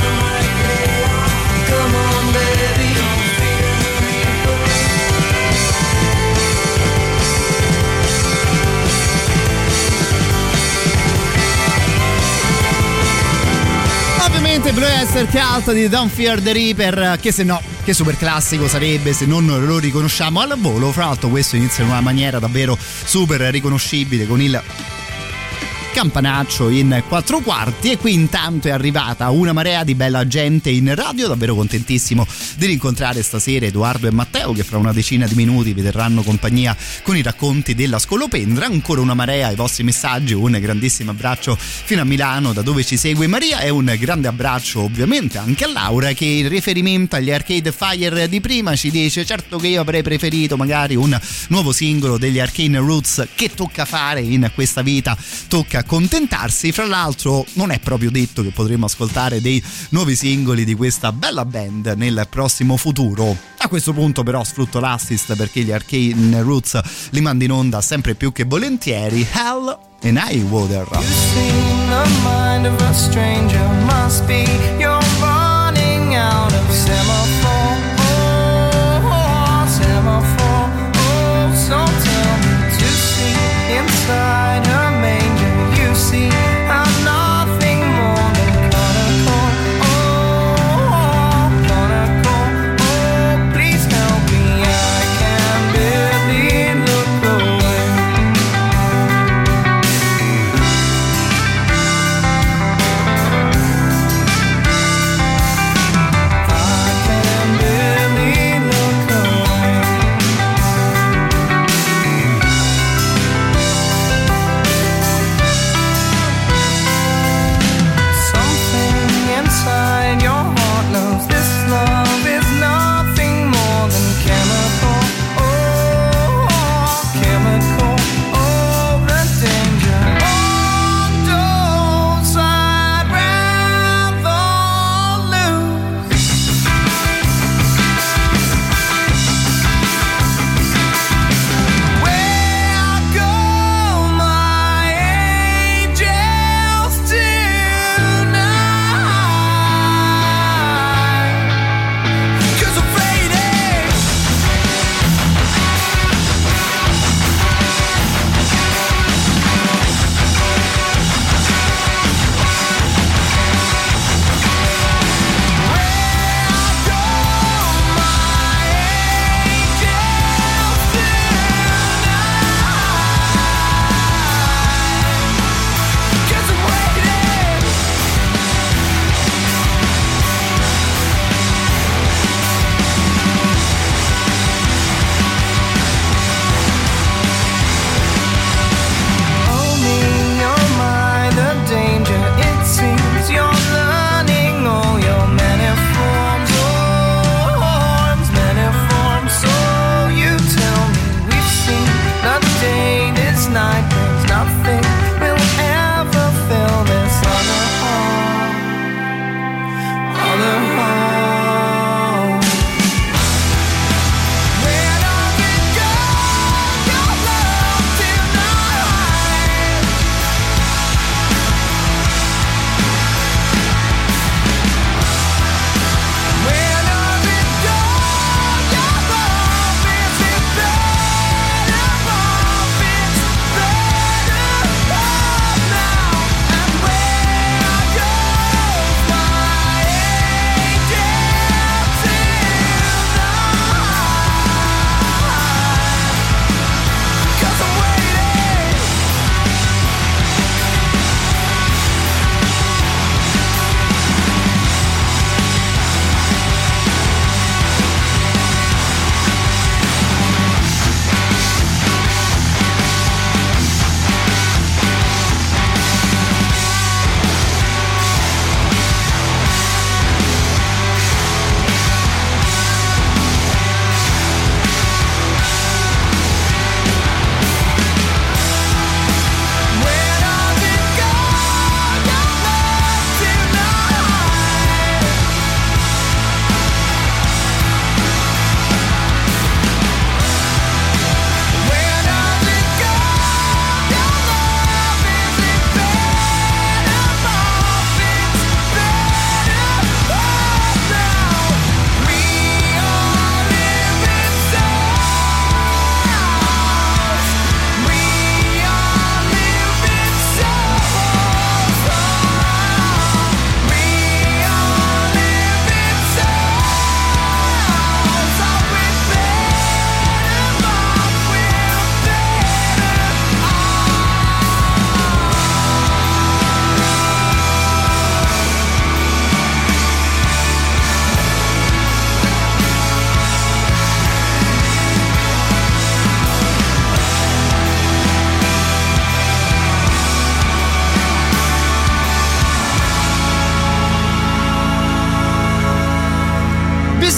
Come on baby, ovviamente Blue Oyster Cult di Don't Fear the Reaper, che se no, che super classico sarebbe se non lo riconosciamo al volo. Fra l'altro questo inizia in una maniera davvero super riconoscibile con il campanaccio in 4/4 e qui intanto è arrivata una marea di bella gente in radio. Davvero contentissimo di rincontrare stasera Edoardo e Matteo, che fra una decina di minuti vi terranno compagnia con i racconti della Scolopendra. Ancora una marea ai vostri messaggi, un grandissimo abbraccio fino a Milano da dove ci segue Maria e un grande abbraccio ovviamente anche a Laura, che in riferimento agli Arcade Fire di prima ci dice: certo che io avrei preferito magari un nuovo singolo degli Arcane Roots, che tocca fare in questa vita, tocca contentarsi. Fra l'altro non è proprio detto che potremo ascoltare dei nuovi singoli di questa bella band nel prossimo futuro. A questo punto però sfrutto l'assist perché gli Arcane Roots li mando in onda sempre più che volentieri. Hell and High Water. You seem the mind of a stranger, must be you're running out of semaphore. Oh, semaphore. Oh, so tell me to see inside her manger. You see, I'm nothing more than conical. Oh, conical. Oh, please help me, I can barely look away. I can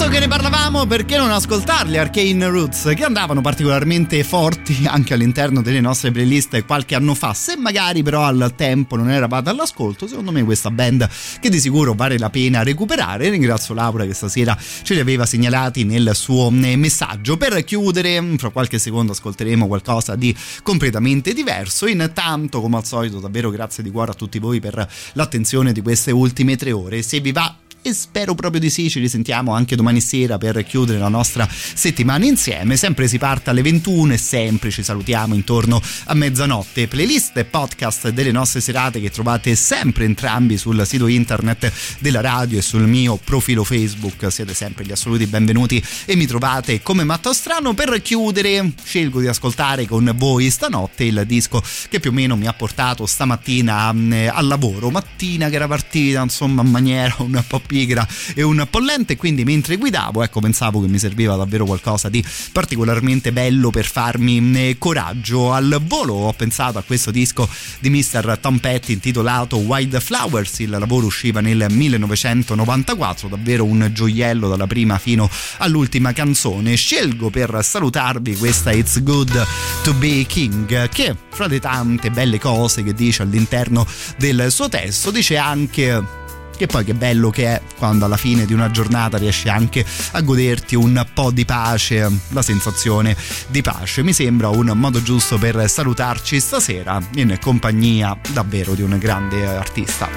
Visto che ne parlavamo, perché non ascoltarli Arcane Roots, che andavano particolarmente forti anche all'interno delle nostre playlist qualche anno fa. Se magari però al tempo non eravate all'ascolto, secondo me questa band che di sicuro vale la pena recuperare. Ringrazio Laura che stasera ce li aveva segnalati nel suo messaggio. Per chiudere, fra qualche secondo ascolteremo qualcosa di completamente diverso. Intanto, come al solito, davvero grazie di cuore a tutti voi per l'attenzione di queste ultime 3 ore. Se vi va, e spero proprio di sì, ci risentiamo anche domani sera per chiudere la nostra settimana insieme. Sempre si parte alle 21 e sempre ci salutiamo intorno a mezzanotte. Playlist e podcast delle nostre serate che trovate sempre entrambi sul sito internet della radio e sul mio profilo Facebook. Siete sempre gli assoluti benvenuti e mi trovate come Matto Strano. Per chiudere scelgo di ascoltare con voi stanotte il disco che più o meno mi ha portato stamattina al lavoro, mattina che era partita insomma in maniera un po' pigra e un po' lenta, e quindi mentre guidavo pensavo che mi serviva davvero qualcosa di particolarmente bello per farmi coraggio al volo. Ho pensato a questo disco di Mr. Tom Petty intitolato Wild Flowers. Il lavoro usciva nel 1994, davvero un gioiello dalla prima fino all'ultima canzone. Scelgo per salutarvi questa It's Good to Be King, che fra le tante belle cose che dice all'interno del suo testo dice anche che poi che bello che è quando alla fine di una giornata riesci anche a goderti un po' di pace, la sensazione di pace. Mi sembra un modo giusto per salutarci stasera in compagnia davvero di un grande artista.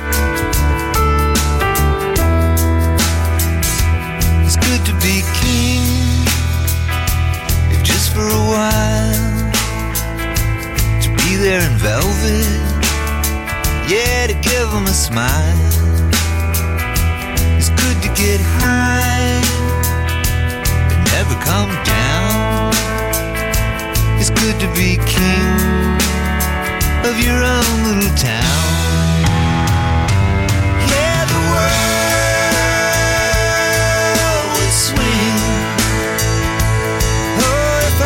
It's good to be king, if just for a while, to be there in velvet, yeah, to give them a smile. It's good to get high and never come down. It's good to be king of your own little town. Yeah, the world would swing. Oh, if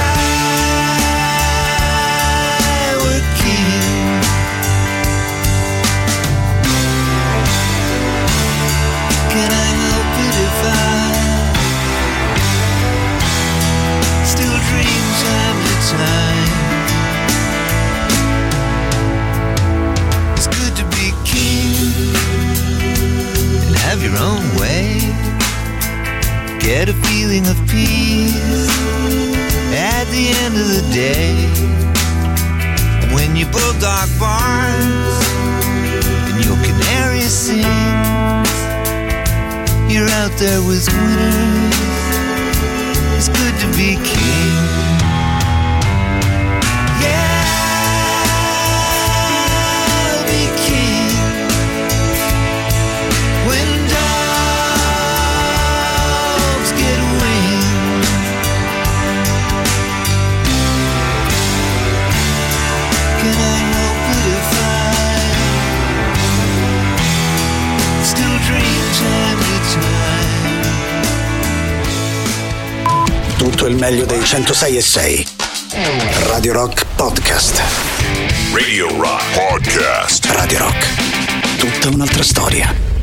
I were king. Can I help it if I still dream time to time? It's good to be king and have your own way. Get a feeling of peace at the end of the day. And when your bulldog barks and your canary sings, you're out there with winners. It's good to be king. Yeah, I'll be king when dogs get wings. Can I help it if I still dream time to time? Tutto il meglio dei 106.6 Radio Rock Podcast. Radio Rock Podcast. Radio Rock, tutta un'altra storia.